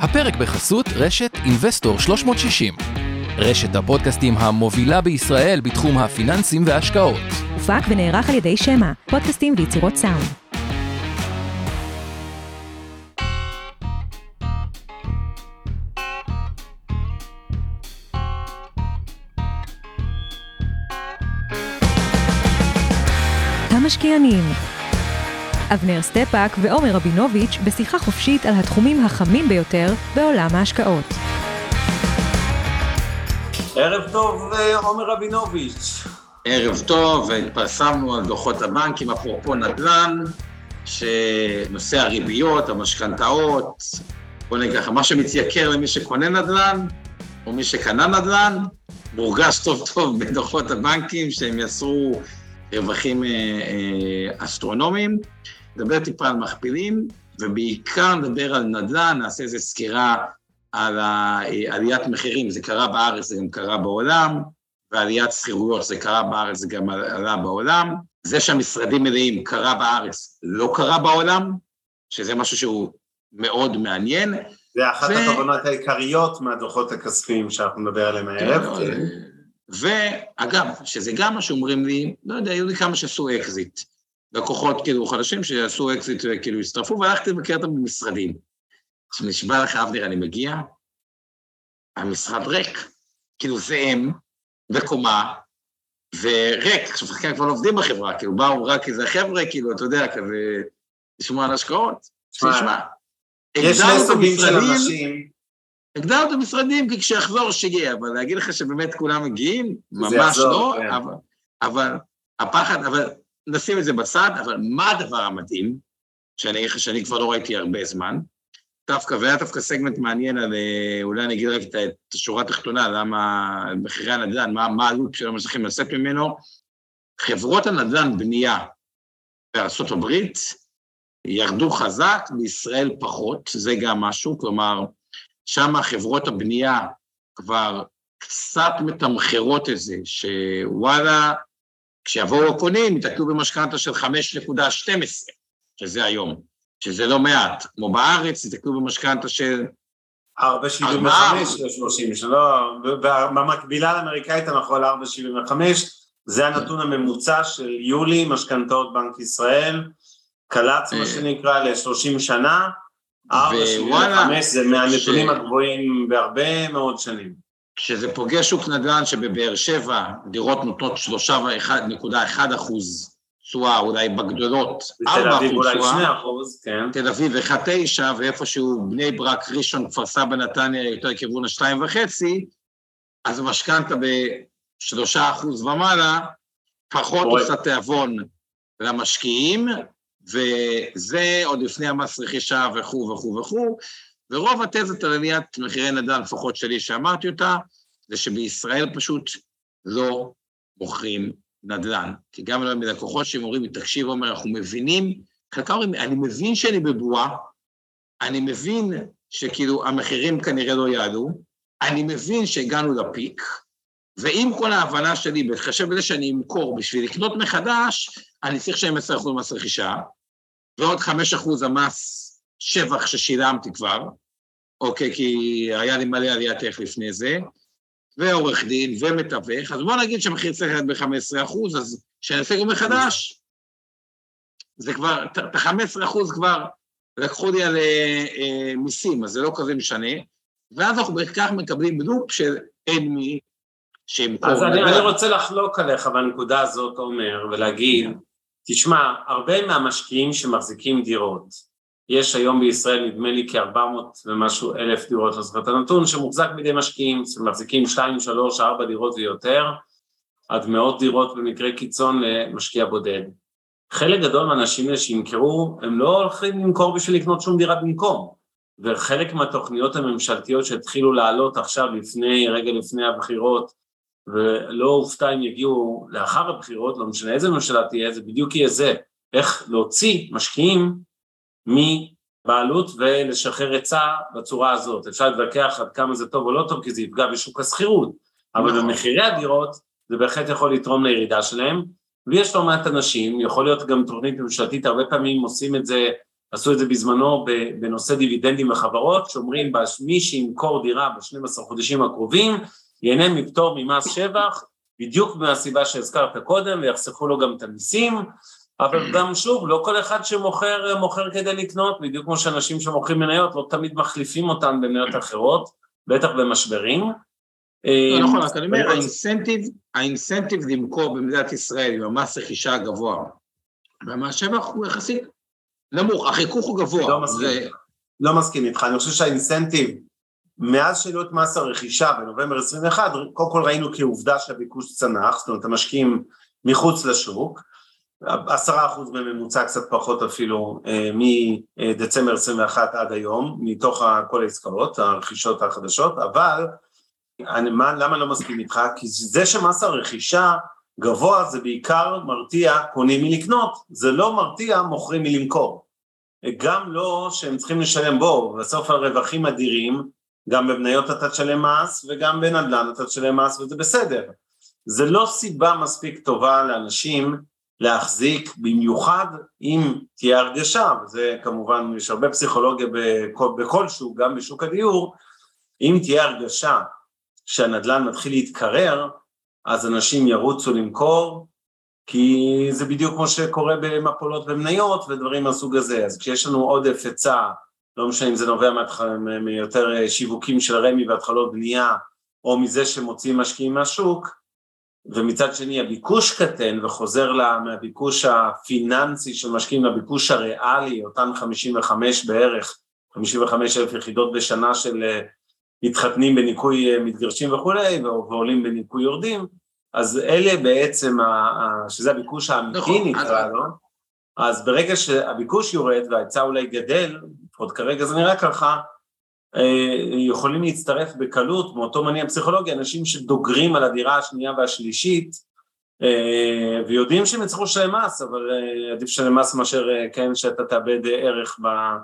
הפרק בחסות רשת אינבסטור 360. רשת הפודקאסטים המובילה בישראל בתחום הפיננסים וההשקעות. הופק ונערך על ידי שמה, פודקאסטים ויצירות סאונד. המשקיענים אבנר סטפאק ועומר רבינוביץ' בשיחה חופשית על התחומים החמים ביותר בעולם ההשקעות. ערב טוב, עומר רבינוביץ'. ערב טוב, התפרסמנו על דוחות הבנקים, אפרופו נדל"ן, שנושא הריביות, המשכנתאות, בוא נגיד ככה, מה שמתייקר למי שקונה נדל"ן, או מי שקנה נדל"ן, מורגש טוב טוב בדוחות הבנקים, שהם יצרו רווחים אסטרונומיים. נדבר טיפה על מכפילים, ובעיקר נדבר על נדל"ן, נעשה איזו סקירה על עליית מחירים, זה קרה בארץ, זה גם קרה בעולם, ועליית שכירויות, זה קרה בארץ, זה גם עלה בעולם. זה שהמשרדים מלאים קרה בארץ, לא קרה בעולם, שזה משהו שהוא מאוד מעניין. זה אחת התובנות העיקריות מהדוחות הכספיים שאנחנו נדבר עליהם הערב. ואגב, שזה גם מה שאומרים לי, לא יודע, היו לי כמה שעשו אקזיט, לקוחות כאילו חדשים שעשו אקזיט וכאילו הסתרפו, והלכתי לבקר אותם במשרדים. כשנשבע לך אבנר, אני מגיע, המשרד ריק, כאילו זה הם, וקומה, וריק, עכשיו שחקנים כבר לא עובדים בחברה, כאילו באו רק איזה חבר'ה, כאילו, אתה יודע, כזה, לשמוע על השקעות, תשמע, יש שני סוגים של אנשים, הגדלנו את המשרדים כי כשיחזור שיהיה, אבל להגיד לך שבאמת כולם מגיעים, ממש לא, אבל הפחד, אבל נשים את זה בצד, אבל מה הדבר המדהים, שאני כבר לא ראיתי הרבה זמן, דווקא, והיה דווקא סגמנט מעניין על, אולי אני אגיד רק את השורה התחתונה, למה מחירי הנדל"ן, מה העלות שלא מצליחים לצאת ממנו, חברות הנדל"ן בנייה בארצות הברית, ירדו חזק, בישראל פחות, זה גם משהו, כלומר, שם חברות הבנייה כבר קצת מתמחרות את זה, שוואלה, כשיבואו הקונים, יתקלו במשכנתה של 5.12, שזה היום, שזה לא מעט, כמו בארץ, יתקלו במשכנתה של 4.75 ל-30, במקבילה לאמריקאית אנחנו על 4.75, זה הנתון הממוצע של יולי, משכנתאות בנק ישראל, קלץ מה שנקרא ל-30 שנה, 4.75 זה מהנתונים הגבוהים בהרבה מאוד שנים. כשזה פוגש שוק נדל"ן שבבאר שבע, דירות נותנות 3.1% תשואה, אולי בגדולות, 4% בתל אביב אולי 2%, כן. תל אביב 1.9, ואיפשהו בני ברק, ראשון, כפר סבא, נתניה, יותר כיוון 2.5, אז משכנתה ב3% ומעלה, פחות עושה תיאבון למשקיעים, וזה עוד לפני המס רכישה וכו' וכו' וכו', ורוב התזת על עליית מחירי נדל"ן, לפחות שלי שאמרתי אותה, זה שבישראל פשוט לא מוכרים נדל"ן, כי גם מלקוחות שהם אומרים, תקשיב אומר, אנחנו מבינים, חלקם אומרים, אני מבין שאני בבועה, אני מבין שכאילו המחירים כנראה לא יעלו, אני מבין שהגענו לפיק, ועם כל ההבנה שלי, בהתחשב בזה שאני אמכור בשביל לקנות מחדש, אני צריך שהם 10% מס רכישה, ועוד 5% המס שבח ששילמתי כבר, אוקיי, כי היה לי מלא עליית איך לפני זה, ועורך דין ומתווך, אז בוא נגיד שהמחיר צריך להיות ב-15%, אז כשאנסה גם מחדש, זה כבר, את ה-15% כבר לקחו לי על מיסים, אז זה לא כזה משנה, ואז אנחנו בכך מקבלים לופ של אין מי שימכור. אז אני רוצה לחלוק עליך בנקודה הזאת, אומר, ולהגיד, תשמע, הרבה מהמשקיעים שמחזיקים דירות, יש היום בישראל נדמה לי כ-400 ומשהו אלף דירות, אז זאת הנתון שמוחזק בידי משקיעים, שמחזיקים 2, 3, 4 דירות ויותר, עד מאות דירות במקרה קיצון למשקיע בודד. חלק גדול מהאנשים שימכרו, הם לא הולכים למכור בשביל לקנות שום דירה במקום, וחלק מהתוכניות הממשלתיות שהתחילו לעלות עכשיו רגע לפני הבחירות, ולא הופתע אם יגיעו לאחר הבחירות, לא משנה איזה ממשלה תהיה, זה בדיוק יהיה זה, איך להוציא משקיעים מבעלות ולשחרר היצע בצורה הזאת. אפשר להתווכח עד כמה זה טוב או לא טוב, כי זה יפגע בשוק הסחירות, אבל במחירי הדירות זה בהחלט יכול לתרום לירידה שלהם, ויש לא מעט אנשים, יכול להיות גם תוכנית ממשלתית, הרבה פעמים עושים את זה עשו את זה בזמנו בנושא דיבידנדים וחברות, שאומרים מי שימכור דירה ב-12 חודשים הקרובים, ייהנה מפטור ממס שבח, בדיוק מהסיבה שהזכרת קודם, ויחסכו לו גם את המיסים, אבל גם שוב, לא כל אחד שמוכר, מוכר כדי לקנות, בדיוק כמו שאנשים שמוכרים מניות, לא תמיד מחליפים אותן במניות אחרות, בטח במשברים. לא נכון, רק אני אומר, האינסנטיב למכור במדינת ישראל, עם המס רכישה הגבוה, והמס שבח הוא יחסית נמוך, החיכוך הוא גבוה. לא מסכים איתך, אני חושב שהאינסנטיב, מאז שהעלו את מס הרכישה בנובמבר 21, קודם כל ראינו כעובדה שהביקוש צנח, זאת אומרת, המשקיעים מחוץ לשוק, 10% בממוצע, קצת פחות אפילו, מדצמבר 21 עד היום, מתוך כל העסקאות, הרכישות החדשות, אבל למה לא מסכים איתך? כי זה שמס הרכישה גבוה, זה בעיקר מרתיע קונים מלקנות, זה לא מרתיע מוכרים מלמכור. גם לא שהם צריכים לשלם בו, בסוף הרווחים אדירים, גם בבניות אתה תשלם מס, וגם בנדל"ן אתה תשלם מס, וזה בסדר. זה לא סיבה מספיק טובה לאנשים להחזיק, במיוחד אם תהיה הרגשה, וזה כמובן, יש הרבה פסיכולוגיה בכל שוק, גם בשוק הדיור, אם תהיה הרגשה שהנדל"ן מתחיל להתקרר, אז אנשים ירוצו למכור, כי זה בדיוק כמו שקורה במפולות במניות ודברים מהסוג הזה. אז כשיש לנו עודף היצע, לא משנה אם זה נובע מיותר שיווקים של רמי והתחלות בנייה, או מזה שמוציאים משקיעים מהשוק, ומצד שני הביקוש קטן וחוזר מהביקוש הפיננסי של משקיעים לביקוש הריאלי, אותן 55 בערך, 55,000 יחידות בשנה של מתחתנים בניקוי מתגרשים וכו', ועולים בניקוי יורדים, אז אלה בעצם, שזה הביקוש האמיתי נקרא לו, אז ברגע שהביקוש יורד וההיצע אולי גדל, עוד כרגע זה נראה ככה, יכולים להצטרף בקלות, מאותו מניע פסיכולוגי, אנשים שדוגרים על הדירה השנייה והשלישית, ויודעים שהם יצטרכו לשלם מס, אבל עדיף לשלם מס מאשר כן שאתה תאבד ערך,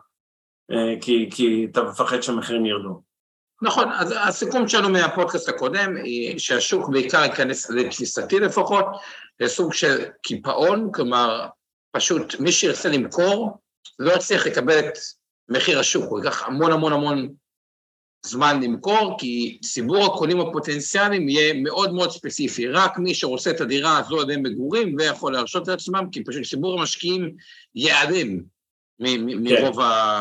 כי אתה מפחד שהמחירים ירדו. נכון, אז הסיכום שלנו מהפודקאסט הקודם, שהשוק בעיקר ייכנס לתפיסתי לפחות, לסוג של קיפאון, כלומר, פשוט מי שירצה למכור, לא יצליח לקבל את מחיר השוק, הוא ייקח המון המון המון זמן למכור, כי ציבור הקונים הפוטנציאליים יהיה מאוד מאוד ספציפי, רק מי שרוצה את הדירה הזו עדיין מגורים, ויכול להרשות את עצמם, כי פשוט ציבור המשקיעים ייעלם מרוב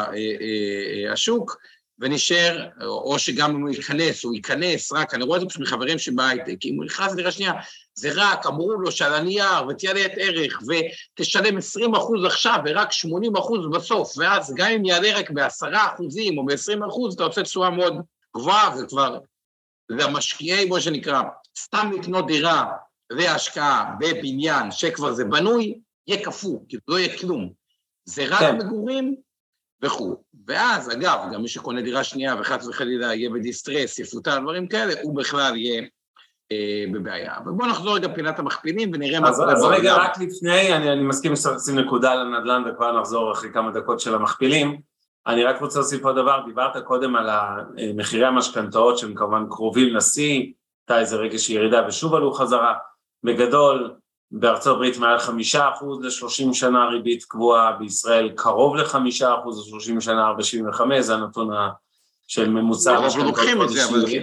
השוק, ונשאר, או שגם אם הוא ייכנס רק, אני רואה את זה פשוט מחברים שבהייטק, אם הוא נכנס לדירה שנייה, זה רק, אמרו לו שעל הנייר, ותעלה את ערך, ותשלם 20% עכשיו, ורק 80% בסוף, ואז גם אם יעלה רק ב10% או ב20%, אתה רוצה תשואה מאוד גבוהה, וכבר למשקיעי, בו שנקרא, סתם לקנות דירה והשקעה בבניין, שכבר זה בנוי, יהיה כפו, כי לא יהיה כלום. זה רק מגורים וכו'. ואז, אגב, גם מי שקונה דירה שנייה, וחץ וחלילה יהיה בדיסטרס, יפוטר, דברים כאלה, הוא בכלל יהיה בבעיה. אבל בואו נחזור רגע פינת המכפילים, ונראה מה קורה. אז רגע, רק לפני, אני מסכים שתשים נקודה לנדל"ן, וכבר נחזור אחרי כמה דקות של המכפילים. אני רק רוצה להוסיף עוד דבר, דיברת קודם על מחירי המשכנתאות, שהם כמובן קרובים לשיא, הייתה איזה רגע שירידה ושוב עלו חזרה, בגדול, בארצות הברית מעל 5% ל-30 שנה ריבית קבועה, בישראל קרוב ל-5% ל-30 שנה 4.75, זה הנתון של ממוצע. אנחנו לוקחים את זה, אבל כן.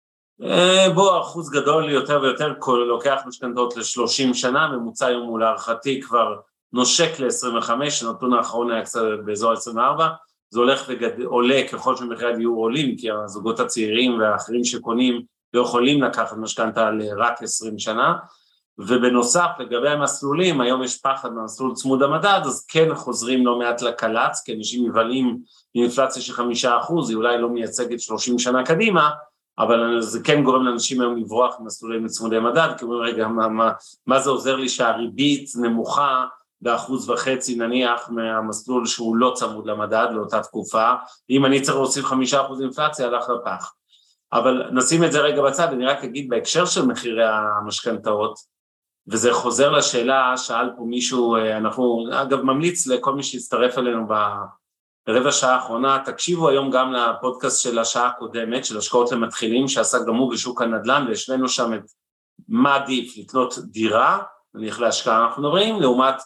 בוא, אחוז גדול יותר ויותר, לוקח משכנתאות ל-30 שנה, ממוצע היום מול הערכתי כבר נושק ל-25, הנתון האחרון היה קצת באזור 24, זה הולך ועולה ככל שמחירי הדיור עולים, כי הזוגות הצעירים והאחרים שקונים לא יכולים לקחת משכנתה לרק 20 שנה, ובנוסף לגבי המסלולים, היום יש פחד מהמסלול צמוד המדד, אז כן חוזרים לא מעט לקלץ, כי אנשים מבלים עם אינפלציה של 5%, היא אולי לא מייצגת 30 שנה קדימה, אבל זה כן גורם לאנשים היום לברוח ממסלולים צמודי מדד, כי אומרים רגע, מה זה עוזר לי שהריבית נמוכה ב1.5% נניח מהמסלול שהוא לא צמוד למדד לאותה תקופה, אם אני צריך להוסיף 5% אינפלציה, הלך לפח. אבל נשים את זה רגע בצד, אני רק אגיד בהקשר של מחירי המשכנתאות, וזה חוזר לשאלה, שאל פה מישהו, אנחנו אגב ממליץ לכל מי שהצטרף אלינו ברבע שעה האחרונה, תקשיבו היום גם לפודקאסט של השעה הקודמת, של השקעות למתחילים, שעסק גם הוא בשוק הנדל"ן, וישלנו שם את מה עדיף לקנות דירה, נניח להשקעה אנחנו מדברים, לעומת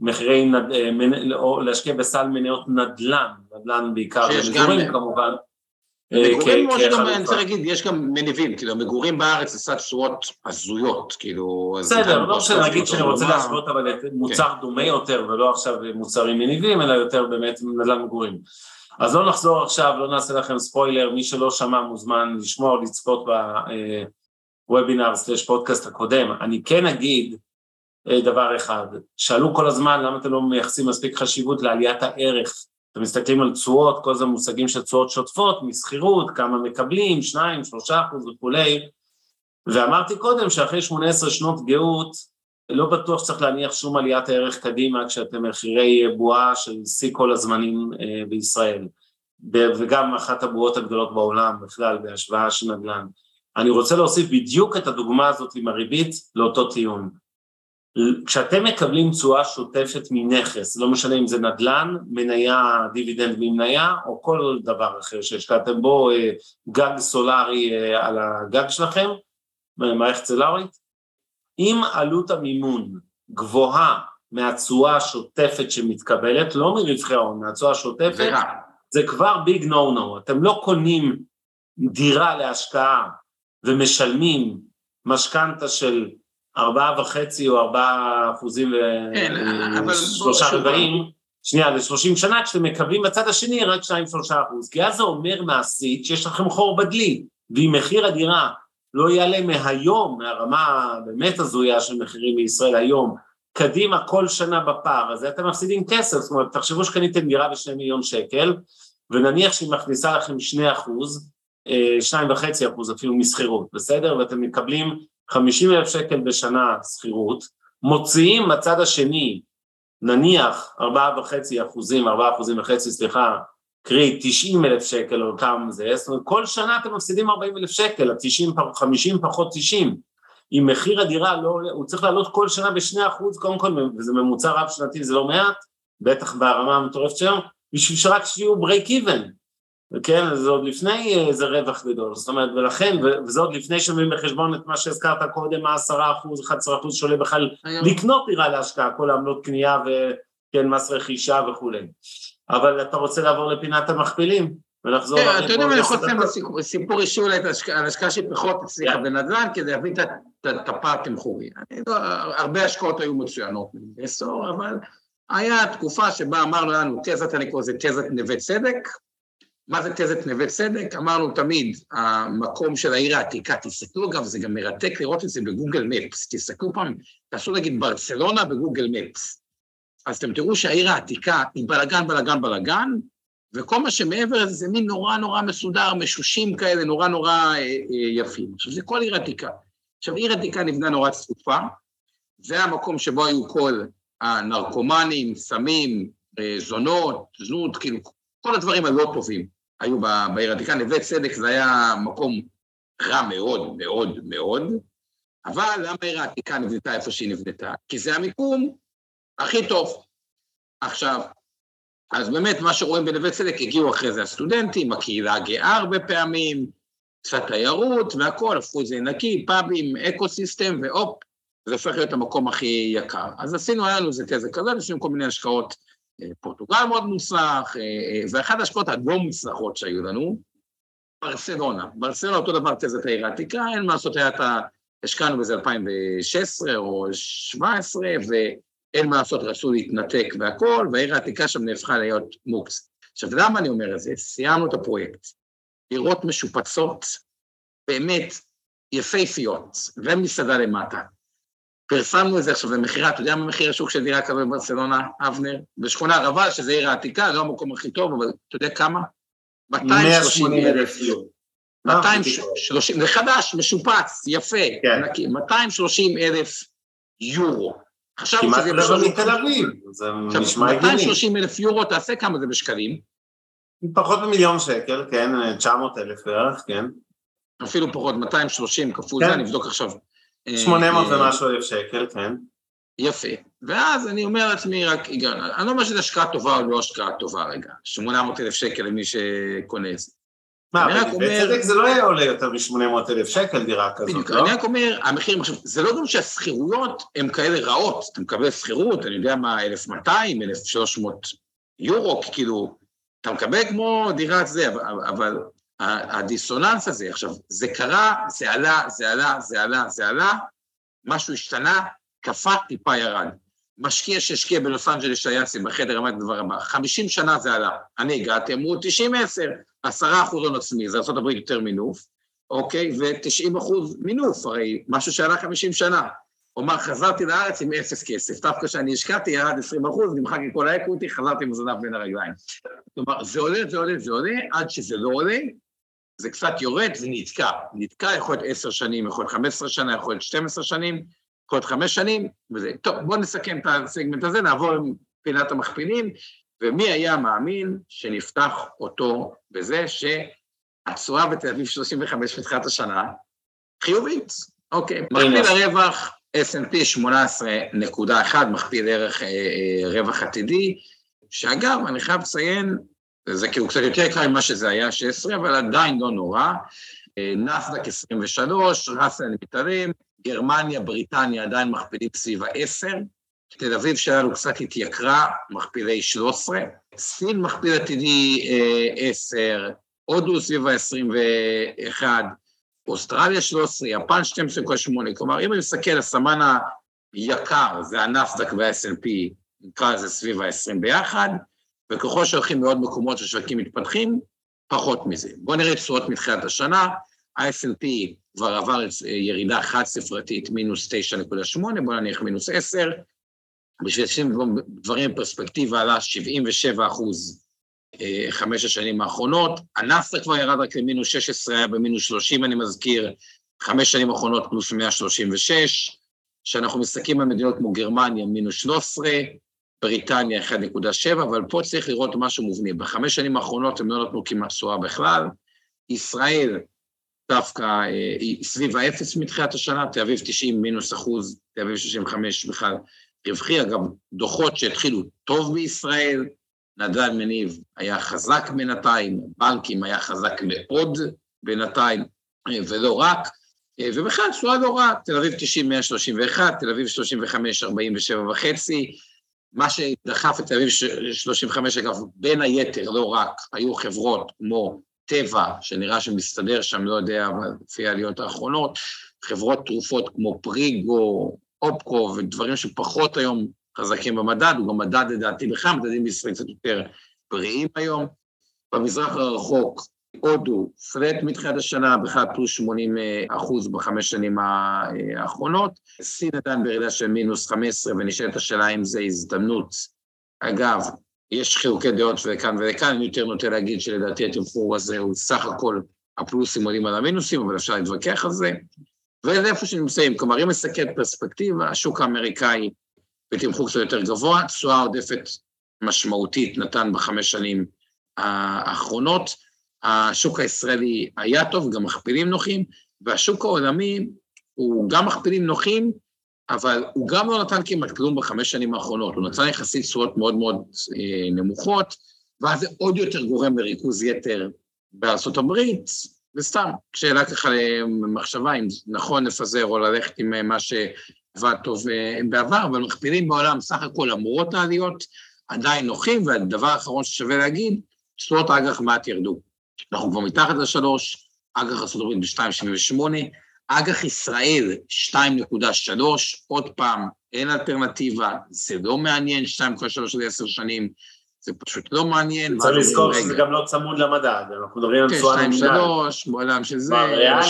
מחירי, או להשקיע בסל מניות נדל"ן בעיקר, מגורים כמובן. מגורים, אני רוצה להגיד, יש גם מניבים, כאילו, מגורים בארץ זה סד שורות הזויות, כאילו... בסדר, לא שאני אגיד שאני רוצה להשוות, אבל מוצר דומה יותר, ולא עכשיו מוצרים מניבים, אלא יותר באמת נדל"ן מגורים. אז לא נחזור עכשיו, לא נעשה לכם ספוילר, מי שלא שמע מוזמן לשמוע או לצפות בוובינר/פודקאסט הקודם. אני כן אגיד דבר אחד, שאלו כל הזמן למה אתם לא מייחסים מספיק חשיבות לעליית הערך, אתם מסתכלים על תשואות, כל זה מושגים של תשואות שוטפות, מסחירות, כמה מקבלים, 2-3% וכולי, ואמרתי קודם שאחרי 18 שנות גאות, לא בטוח שצריך להניח שום עליית הערך קדימה, כשאתם מחירי בועה של שיא כל הזמנים בישראל, וגם אחת הבועות הגדולות בעולם בכלל, בהשוואה של נדל"ן. אני רוצה להוסיף בדיוק את הדוגמה הזאת עם הריבית לאותו טיעון. כשאתם מקבלים תשואה שוטפת מנכס, לא משנה אם זה נדל"ן, מניה, דיבידנד ממניה, או כל דבר אחר שהשקעתם בו, גג סולרי על הגג שלכם, מערכת סולרית, אם עלות המימון גבוהה מהתשואה השוטפת שמתקבלת, לא מרווחי ההון, מהתשואה השוטפת, זה כבר ביג נו נו, אתם לא קונים דירה להשקעה ומשלמים משכנתה של 4.5 או 4% ו3.40, שנייה, ל-30 שנה, כשאתם מקבלים בצד השני רק 2-3%, כי אז זה אומר מעשית שיש לכם חור בדלי, ואם מחיר הדירה לא יעלה מהיום, מהרמה באמת הזויה של מחירים בישראל היום, קדימה כל שנה בפער, אז אתם מפסידים כסף, זאת אומרת, תחשבו שקניתם דירה ב2 מיליון שקל, ונניח שהיא מכניסה לכם 2%, 2.5% אפילו מסחירות, בסדר? ואתם מקבלים 50,000 שקל בשנה סחירות, מוציאים מצד השני, נניח 4.5%, סליחה, קרי 90,000 שקל או כמה זה, זאת אומרת, כל שנה אתם מפסידים 40,000 שקל, 50 פחות 90, אם מחיר הדירה לא, הוא צריך לעלות כל שנה ב2%, קודם כל, וזה ממוצע רב שנתי, זה לא מעט, בטח ברמה המטורפת שלנו, בשביל שרק שיהיו break even, כן, זה עוד לפני איזה רווח גדול, זאת אומרת, ולכן, וזה עוד לפני שמים בחשבון את מה שהזכרת קודם, 10%, 11% שעולה בכלל לקנות דירה להשקעה, כל העמלות קנייה וכן, מס רכישה וכו'. אבל אתה רוצה לעבור לפינת המכפילים, ולחזור... אתה יודע מה, אני יכול לסיים סיפור אישי אולי על השקעה שפחות הצליחה בנדל"ן, כדי להבין את הפער תמחורי. הרבה השקעות היו מצוינות בעשור, אבל היה תקופה שבה אמרנו לנו, תזת, אני קורא לזה תזת נווה צדק. מה זה תזת נווה צדק? אמרנו תמיד, המקום של העיר העתיקה, תסתכלו אגב, זה גם מרתק לראות את זה בגוגל מפס, תסתכלו פעם, תעשו להגיד ברצלונה בגוגל מפס, אז אתם תראו שהעיר העתיקה היא בלגן, וכל מה שמעבר לזה זה מין נורא מסודר, משושים כאלה, נורא יפים. עכשיו, זה כל עיר עתיקה. עכשיו, עיר עתיקה נבנה נורא צפופה, זה המקום שבו היו כל הנרקומנים, סמים, זונות, זנות, כאילו, כל הדברים הלא טובים היו בעיר עתיקה. נווה צדק זה היה מקום רע מאוד, אבל למה העיר העתיקה נבנתה איפה שהיא נבנתה? כי זה המיקום הכי טוב. עכשיו, אז באמת מה שרואים בנווה צדק, הגיעו אחרי זה הסטודנטים, הקהילה הגאה הרבה פעמים, קצת תיירות והכל, הפכו את זה נקי, פאבים, אקוסיסטם, ואופ, זה הופך להיות המקום הכי יקר. אז עשינו, היה לנו זה כזה כזה, עשינו כל מיני השקעות, פורטוגל מאוד מוצלח, ואחת ההשקעות הלא מוצלחות שהיו לנו, ברצלונה אותו דבר תזת העיר העתיקה, אין מה לעשות, השקענו בזה 2016 או 2017, אין מה לעשות, רצו להתנתק והכל, והעיר העתיקה שם נהפכה להיות מוקס. עכשיו, למה אני אומר את זה? סיימנו את הפרויקט. דירות משופצות, באמת יפהפיות, ומסעדה למטה. פרסמנו את זה עכשיו במחירה, אתה יודע מה מחיר השוק של דירה כזו בברצלונה, אבנר? בשכונה רבל, שזה עיר העתיקה, לא המקום הכי טוב, אבל אתה יודע כמה? 230,000 יורו. 230, זה חדש, משופץ, יפה, ענקי, 230,000 יורו. כמעט רבע מתל אביב, זה נשמע הגיוני. 230,000 יורו, תעשה כמה זה בשקלים? פחות מ1,000,000 שקל, כן, 900,000 בערך, כן. אפילו פחות, 230 כפול זה, אני אבדוק עכשיו. 800 ומשהו אלף שקל, כן. יפה. ואז אני אומר לעצמי רק, אני לא אומר שזה השקעה טובה או לא השקעה טובה רגע, 800,000 שקל למי שקונה את זה. מה, בצדק זה לא היה עולה יותר מ-800,000 שקל דירה כזאת, בדיוק, לא? אני רק אומר, המחירים, עכשיו, זה לא גם שהסחירויות הן כאלה רעות, אתה מקבל סחירות, אני יודע מה, 1,200, 1,300 יורו, כאילו, אתה מקבל כמו דירת זה, אבל הדיסוננס הזה, עכשיו, זה קרה, זה עלה, משהו השתנה, קפא, טיפה ירד. משקיע שהשקיע בלוס אנג'לס שייצי בחדר אמר את הדבר הבא, 50 שנה זה עלה, אני הגעתי, אמרו 90-10, 10% הון עצמי, זה ארצות הברית יותר מינוף, אוקיי, ו-90% מינוף, הרי משהו שעלה 50 שנה, אומר, חזרתי לארץ עם 0 כסף, דווקא שאני השקעתי, ירד 20%, נמחק עם כל האקוויטי, חזרתי עם הזנב בין הרגליים. כלומר, זה עולה, עד שזה לא עולה, זה קצת יורד ונתקע, יכול להיות 10 שנים, יכול להיות 15 שנה, יכול להיות 12 שנים, יכול להיות 5 שנים, וזה. טוב, בואו נסכם את הסגמנט הזה, נעבור עם פינת המכפילים, ומי היה מאמין שנפתח אותו בזה שהתשואה בתל אביב 35 בתחילת השנה, חיובית. אוקיי, מכפיל הרווח, S&P 18.1, מכפיל ערך רווח עתידי, שאגב, אני חייב לציין, זה כאילו קצת יותר יקר ממה שזה היה 16, אבל עדיין לא נורא, נסדק 23, ראסל מתערם, גרמניה, בריטניה עדיין מכפילים סביב ה-10, תל אביב שלנו קצת התייקרה, מכפילי 13, סין מכפיל עתידי 10, הודו סביב ה-21, אוסטרליה 13, יפן 12.8, כלומר, אם אני מסתכל, הסמן היקר, זה הנסדק וה-S&P, נקרא לזה סביב ה-20 ביחד, וככל שהולכים מאוד מקומות ששווקים מתפתחים, פחות מזה. בואו נראה תשואות מתחילת השנה, ה-S&P כבר עבר ירידה חד ספרתית, מינוס 9.8, בואו נניח מינוס 10, בשביל דברים בפרספקטיבה עלה 77%, 5 השנים האחרונות, הנסדק כבר ירד רק למינוס 16, היה במינוס 30, אני מזכיר, 5 שנים האחרונות פלוס 136, שאנחנו מסתכלים על מדינות כמו גרמניה, מינוס 13, בריטניה 1.7, אבל פה צריך לראות משהו מובנה. ב5 שנים האחרונות הם לא נתנו כמעט תשואה בכלל, ישראל דווקא סביב האפס מתחילת השנה, תל אביב 90 מינוס אחוז, תל אביב 65 בכלל רווחי, אגב, דוחות שהתחילו טוב בישראל, נדל מניב היה חזק בינתיים, בנקים היה חזק מאוד בינתיים, ולא רק, ובכלל תשואה לא רע, תל אביב 90 131, תל אביב 35 47.5, מה שדחף את תל אביב 35, אגב, בין היתר, לא רק, היו חברות כמו טבע, שנראה שמסתדר שם, לא יודע, לפי העליות האחרונות, חברות תרופות כמו פריגו, אופקו, ודברים שפחות היום חזקים במדד, הוא גם מדד לדעתי בכלל, מדדים בישראל קצת יותר בריאים היום. במזרח הרחוק, הודו, פלט מתחילת השנה, בכלל פלוס 80% ב5 שנים האחרונות, סין עדיין בירידה של מינוס 15, ונשאלת השאלה אם זה הזדמנות. אגב, יש חילוקי דעות וכאן ולכאן, אני יותר נוטה להגיד שלדעתי התמחור הזה הוא סך הכל הפלוסים עולים על המינוסים, אבל אפשר להתווכח על זה. וזה איפה שנמצאים, כלומר, אם מסתכל פרספקטיבה, השוק האמריקאי בתמחור קצת יותר גבוה, תשואה עודפת משמעותית נתן ב5 שנים האחרונות, השוק הישראלי היה טוב, גם מכפילים נוחים, והשוק העולמי הוא גם מכפילים נוחים, אבל הוא גם לא נתן כמעט כלום ב5 שנים האחרונות, הוא נתן יחסית תשואות מאוד מאוד נמוכות, ואז זה עוד יותר גורם לריכוז יתר בארצות הברית, וסתם, שאלה ככה למחשבה, אם נכון לפזר או ללכת עם מה שעבד טוב בעבר, אבל מכפילים בעולם סך הכל למרות העליות, עדיין נוחים, והדבר האחרון ששווה להגיד, תשואות האג"ח מעט ירדו. אנחנו כבר מתחת ל3, אג"ח ארצות הברית ב-2.78, אג"ח ישראל 2.3, עוד פעם, אין אלטרנטיבה, זה לא מעניין, 2.3 ל10 שנים, זה פשוט לא מעניין. צריך לזכור שזה גם לא צמוד למדד, אנחנו מדברים על תשואה נומינלית. 2.3, בעולם של זה.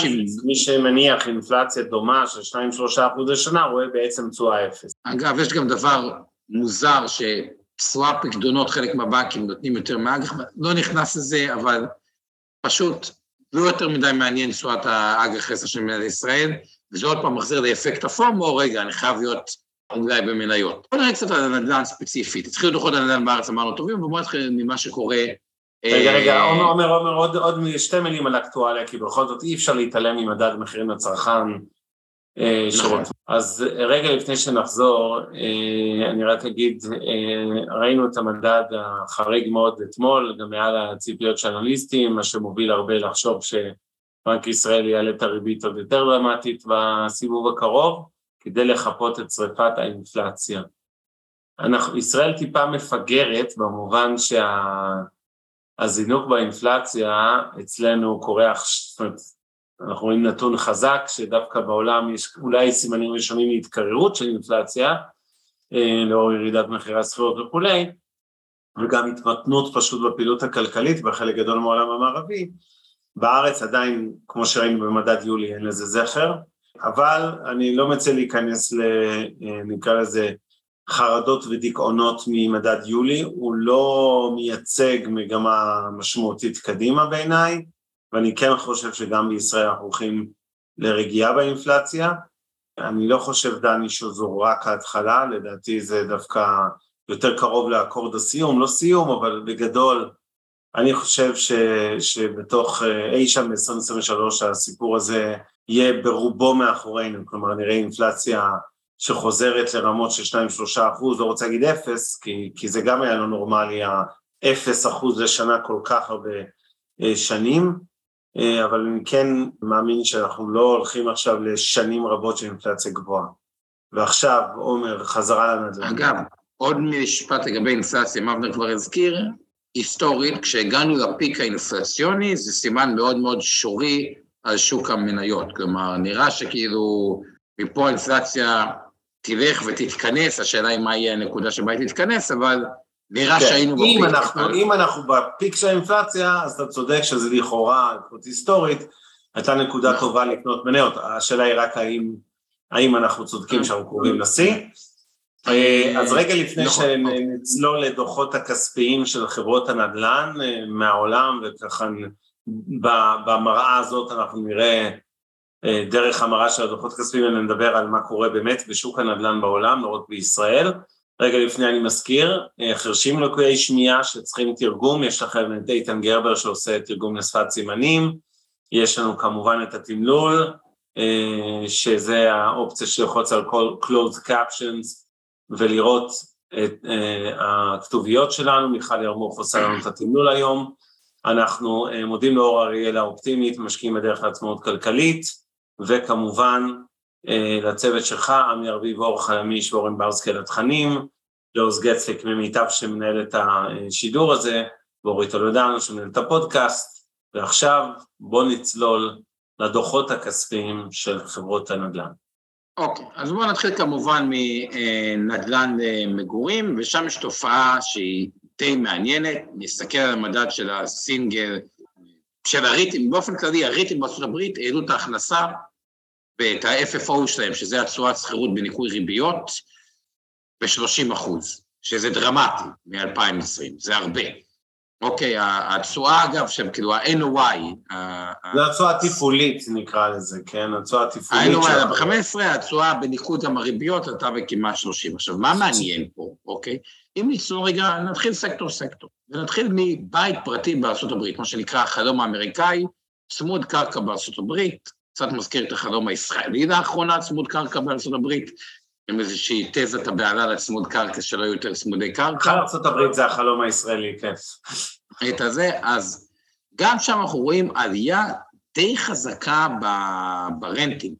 מי שמניח אינפלציה דומה של 2-3% לשנה, רואה בעצם תשואה 0. אגב, יש גם דבר מוזר, שתשואה פקדונות חלק מהבנקים נותנים יותר מאג"ח, לא נכנס לזה, אבל פשוט לא יותר מדי מעניין תשואת האג"ח 10 של מדינת ישראל, וזה עוד פעם מחזיר לאפקט הפומו, רגע, אני חייב להיות אולי במניות. בוא נראה קצת על הנדל"ן ספציפית, התחילו דוחות הנדל"ן בארץ אמרנו טובים, ובוא נתחיל ממה שקורה. רגע, עומר, עוד 2 מילים על אקטואליה, כי בכל זאת אי אפשר להתעלם ממדד מחירים לצרכן, אז רגע לפני שנחזור, אני רק אגיד, ראינו את המדד החריג מאוד אתמול, גם מעל הציפיות של אנליסטים, מה שמוביל הרבה לחשוב שבנק ישראל יעלה את הריבית עוד יותר דרמטית בסיבוב הקרוב, כדי לחפות את שריפת האינפלציה. ישראל טיפה מפגרת במובן שהזינוק באינפלציה אצלנו קורה, זאת אומרת, אנחנו רואים נתון חזק שדווקא בעולם יש אולי סימנים ראשונים להתקררות של אינפלציה, לאור ירידת מחירי השכירות וכולי, וגם התמתנות פשוט בפעילות הכלכלית בחלק גדול מהעולם המערבי. בארץ עדיין, כמו שראינו במדד יולי, אין לזה זכר, אבל אני לא מצא להיכנס נקרא לזה חרדות ודיכאונות ממדד יולי, הוא לא מייצג מגמה משמעותית קדימה בעיניי, ואני כן חושב שגם בישראל אנחנו הולכים לרגיעה באינפלציה. אני לא חושב, דני, שזו רק ההתחלה, לדעתי זה דווקא יותר קרוב לאקורד הסיום, לא סיום, אבל בגדול, אני חושב שבתוך אי שם ב-2023 הסיפור הזה יהיה ברובו מאחורינו, כלומר נראה אינפלציה שחוזרת לרמות של 2-3%, לא רוצה להגיד 0, כי זה גם היה לא נורמלי, 0% לשנה כל כך הרבה שנים, אבל אני כן מאמין שאנחנו לא הולכים עכשיו לשנים רבות של אינפלציה גבוהה. ועכשיו, עומר, חזרה לנדל"ן. אגב, עוד משפט לגבי אינפלציה, מבנר כבר הזכיר, היסטורית, כשהגענו לפיק האינפלציוני, זה סימן מאוד מאוד שורי על שוק המניות. כלומר, נראה שכאילו מפה האינפלציה תלך ותתכנס, השאלה היא מה יהיה הנקודה שבה היא תתכנס, אבל נראה שהיינו בפיק. אם אנחנו בפיק של האינפלציה, אז אתה צודק שזה לכאורה, היסטורית, הייתה נקודה טובה לקנות מניות. השאלה היא רק האם אנחנו צודקים שאנחנו קוראים לשיא. אז רגע לפני שנצלול לדוחות הכספיים של חברות הנדל"ן מהעולם, וככה במראה הזאת אנחנו נראה דרך המראה של הדוחות הכספיים, אני מדבר על מה קורה באמת בשוק הנדל"ן בעולם, לא רק בישראל. רגע לפני אני מזכיר, חרשים לקויי שמיעה שצריכים תרגום, יש לכם את איתן גרבר שעושה תרגום לשפת סימנים, יש לנו כמובן את התמלול, שזה האופציה שלחוץ על כל closed captions, ולראות את הכתוביות שלנו. מיכל ירמוך עושה לנו את התמלול היום, אנחנו מודים לאור אריאל האופטימית, משקיעים בדרך לעצמאות כלכלית, וכמובן לצוות שלך, עמי ארביב, אור חלמיש ואורן ברסקי לתכנים, לעוז גצליק ממיטב שמנהל את השידור הזה, ואורי תולדנו שמנהל את הפודקאסט, ועכשיו בוא נצלול לדוחות הכספיים של חברות הנדל"ן. אוקיי, אז בואו נתחיל כמובן מנדל"ן מגורים, ושם יש תופעה שהיא די מעניינת, נסתכל על המדד של הסינגל, של הריטים, באופן כללי, הריטים בארצות הברית העלו את ההכנסה, ואת ה-FFO שלהם, שזה התשואת שכירות בניקוי ריביות, ב-30%, שזה דרמטי מ-2020, זה הרבה. אוקיי, התשואה אגב, שהם כאילו ה-NOI, זה התשואה התפעולית נקרא לזה, כן? התשואה התפעולית. ה-NOI ב-15, התשואה בניקוד גם הריביות, עלתה בכמעט 30. עכשיו, מה מעניין פה, אוקיי? אם ניסו רגע, נתחיל סקטור, ונתחיל מבית פרטי בארצות הברית, מה שנקרא החלום האמריקאי, צמוד קרקע בארצות הברית, קצת מזכיר את החלום הישראלי לאחרונה, צמוד קרקע בארצות הברית, עם איזושהי תזת הבעלה לצמוד קרקע שלא יהיו יותר צמודי קרקע. ארצות הברית זה החלום הישראלי, כן. את הזה, אז גם שם אנחנו רואים עלייה די חזקה ברנטים,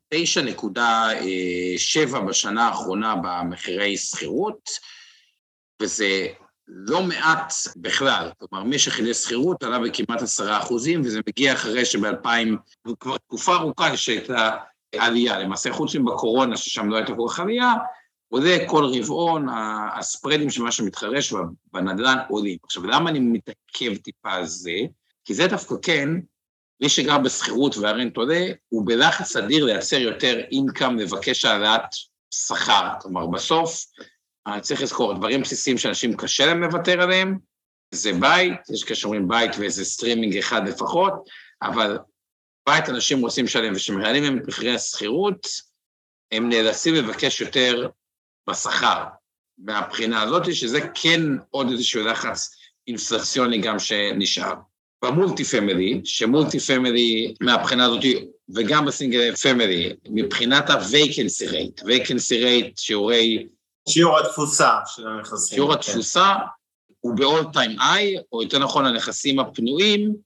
9.7 בשנה האחרונה במחירי שכירות, וזה לא מעט בכלל, כלומר מי שחידש שכירות עלה בכמעט 10%, וזה מגיע אחרי שב-2000, כבר תקופה ארוכה שהייתה עלייה, למעשה חוץ מבקורונה ששם לא הייתה כל כך עלייה, עולה כל רבעון, הספרדים של מה שמתחרש בנדל"ן עולים. עכשיו, למה אני מתעכב טיפה על זה? כי זה דווקא כן, מי שגר בסחירות והרנט עולה, הוא בלחץ אדיר לייצר יותר אינקאם לבקש העלאת שכר. כלומר, בסוף, אני צריך לזכור, דברים בסיסיים שאנשים קשה להם לוותר עליהם, זה בית, יש כשאומרים בית ואיזה סטרימינג אחד לפחות, אבל בית אנשים רוצים שלם, ושמעלים הם את מחירי הסחירות, הם נאלצים לבקש יותר בשכר. מהבחינה הזאת, שזה כן עוד איזשהו לחץ אינפלציוני גם שנשאר. במולטי פמילי, שמולטי פמילי מהבחינה הזאת, וגם בסינגל פמילי, מבחינת ה-vacancy rate, שיעור התפוסה של הנכסים. שיעור התפוסה הוא ב-all time high, או יותר נכון הנכסים הפנויים,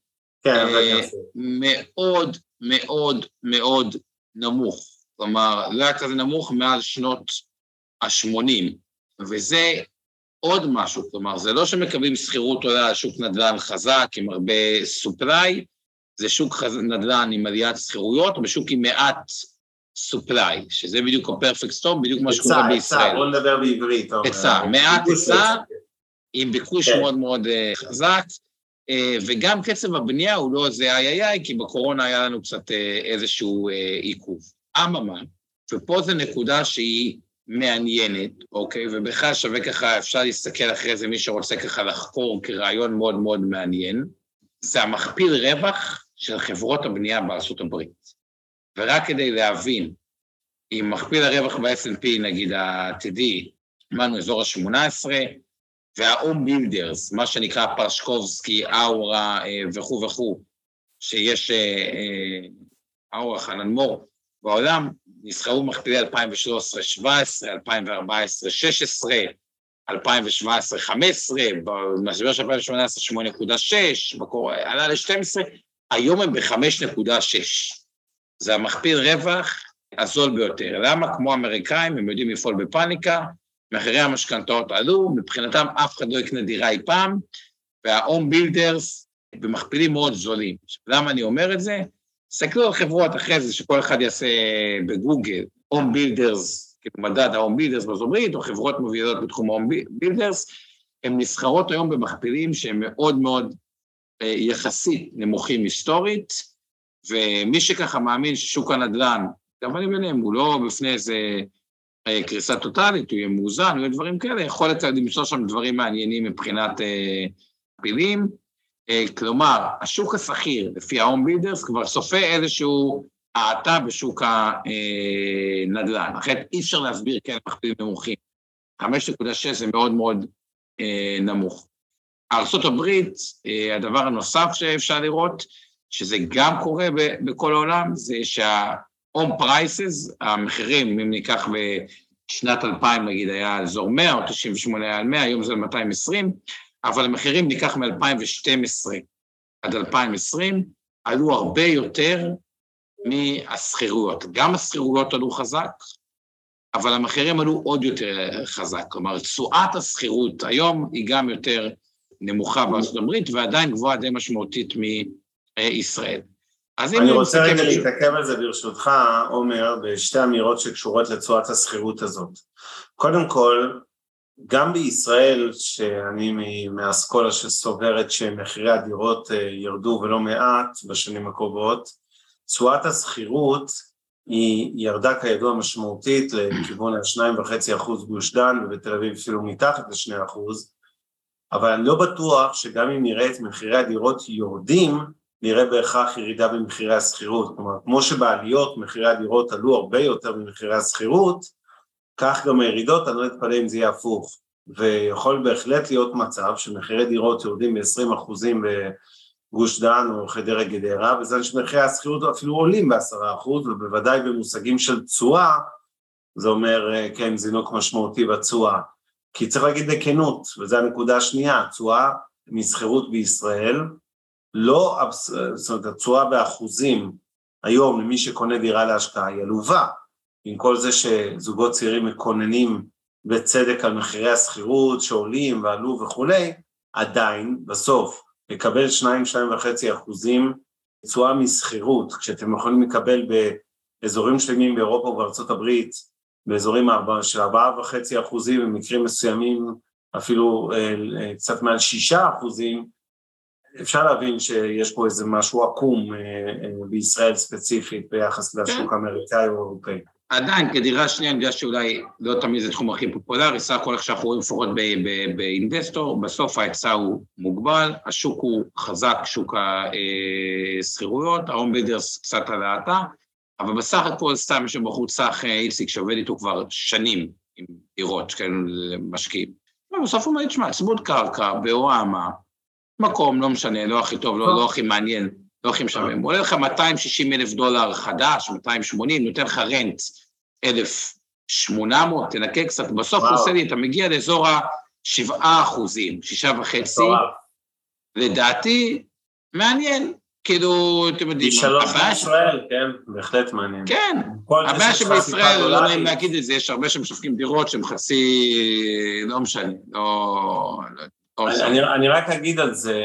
מאוד מאוד מאוד נמוך. כלומר, לא היה כזה נמוך מעל שנות ה-80, וזה עוד משהו, כלומר, זה לא שמקבלים שכירות עולה על שוק נדל"ן חזק עם הרבה סופליי, זה שוק נדל"ן עם עליית שכירויות, או בשוק עם מעט סופליי, שזה בדיוק ה-perfect storm, בדיוק מה שקורה בישראל. בוא נדבר בעברית. מעט היצע, עם ביקוש מאוד מאוד חזק, וגם קצב הבנייה הוא לא זה איי, כי בקורונה היה לנו קצת איזשהו עיכוב. אממה, ופה זו נקודה שהיא מעניינת, אוקיי? ובכלל שווה ככה, אפשר להסתכל אחרי זה, מי שרוצה ככה לחקור כרעיון מאוד מאוד מעניין, זה המכפיל רווח של חברות הבנייה בארצות הברית. ורק כדי להבין, אם מכפיל הרווח ב-S&P, נגיד העתידי, אמרנו אזור ה-18, וה-Home Builders, מה שנקרא פרשקובסקי, אאורה וכו' וכו', שיש אאורה חננמור בעולם, נסחרו מכפילי 2013-17, 2014-16, 2017-15, במשבר של 2018 8.6, עלה ל-12, היום הם ב-5.6. זה המכפיל רווח הזול ביותר. למה? כמו אמריקאים, הם יודעים לפעול בפאניקה, מחירי המשכנתאות עלו, מבחינתם אף אחד לא יקנה דירה אי פעם, וה-Home Builders במכפילים מאוד זולים. למה אני אומר את זה? תסתכלו על חברות אחרי זה, שכל אחד יעשה בגוגל, Home Builders, מדד ה-Home Builders בארצות הברית, או חברות מובילות בתחום ה-Home Builders, הן נסחרות היום במכפילים שהם מאוד מאוד יחסית נמוכים היסטורית, ומי שככה מאמין ששוק הנדל"ן, גם אני ביניהם, הוא לא בפני איזה קריסה טוטלית, הוא יהיה מאוזן, הוא יהיה דברים כאלה, יכול למצוא שם דברים מעניינים מבחינת פילים, כלומר, השוק השכיר, לפי ה-Home Builders, כבר סופה איזשהו העתה בשוק הנדל"ן. אחרת אי אפשר להסביר כאלה מכפילים נמוכים. 5.6 זה מאוד מאוד נמוך. ארצות הברית, הדבר הנוסף שאפשר לראות, שזה גם קורה בכל העולם, זה שה-home prices, המחירים, אם ניקח בשנת 2000, נגיד, היה אזור 100, או 98 היה על 100, היום זה 220, אבל המחירים ניקח מ-2012 עד 2020, עלו הרבה יותר מהסחירויות. גם הסחירויות עלו חזק, אבל המחירים עלו עוד יותר חזק. כלומר, תשואת הסחירות היום היא גם יותר נמוכה בארצות הברית, ועדיין גבוהה די משמעותית מישראל. אני רוצה רגע להתעכב על זה ברשותך, עומר, בשתי אמירות שקשורות לתשואת הסחירות הזאת. קודם כל, גם בישראל, שאני מהאסכולה שסוברת שמחירי הדירות ירדו ולא מעט בשנים הקרובות, תשואת הסחירות היא ירדה כידוע משמעותית לכיוון ה-2.5% גוש דן, ובתל אביב אפילו מתחת ל-2%, אבל אני לא בטוח שגם אם נראה את מחירי הדירות יורדים, נראה בהכרח ירידה במחירי הסחירות. כלומר, כמו שבעליות מחירי הדירות עלו הרבה יותר ממחירי הסחירות, כך גם הירידות, אני לא אתפלא אם זה יהיה הפוך, ויכול בהחלט להיות מצב שמחירי דירות יורדים ב-20% בגוש דן או חדרה גדרה, וזה שמחירי הסחירות אפילו עולים ב10%, ובוודאי במושגים של תשואה, זה אומר, כן, זינוק משמעותי בתשואה, כי צריך להגיד בכנות, וזו הנקודה השנייה, תשואה מסחירות בישראל, לא, זאת אומרת, התשואה באחוזים היום למי שקונה דירה להשקעה היא עלובה, עם כל זה שזוגות צעירים מקוננים בצדק על מחירי הסחירות שעולים ועלו וכולי, עדיין בסוף לקבל 2.5% תשואה מסחירות, כשאתם יכולים לקבל באזורים שלמים באירופה ובארצות הברית, באזורים של 4.5%, במקרים מסוימים אפילו קצת מעל 6%, אפשר להבין שיש פה איזה משהו עקום בישראל ספציפית ביחס לשוק האמריקאי או אירופאי. עדיין, כדירה שנייה, אני יודע שאולי לא תמיד זה תחום הכי פופולרי, סך הכל איך שאנחנו רואים לפחות באינבסטור, בסוף ההיצע הוא מוגבל, השוק הוא חזק, שוק הסחירויות, ה-Home Builders קצת על האטה, אבל בסך הכל סתם יש בחוץ סך איציק שעובד איתו כבר שנים עם דירות שכאלה משקיעים. ובסוף הוא אומר, תשמע, צמוד קרקע, באורמה, מקום, לא משנה, לא הכי טוב, לא הכי מעניין, לא הכי משמם. עולה לך $260,000 חדש, 280, נותן לך רנט 1,800, תנקה קצת, בסוף עושה לי, אתה מגיע לאזור 7%, 6.5%, לדעתי, מעניין, כאילו, אתם יודעים, שלוש בישראל, כן, בהחלט מעניין. כן, הבעיה שבישראל, לא נעים להגיד את זה, יש הרבה שמשווקים דירות שהם חצי, לא משנה, אני רק אגיד על זה,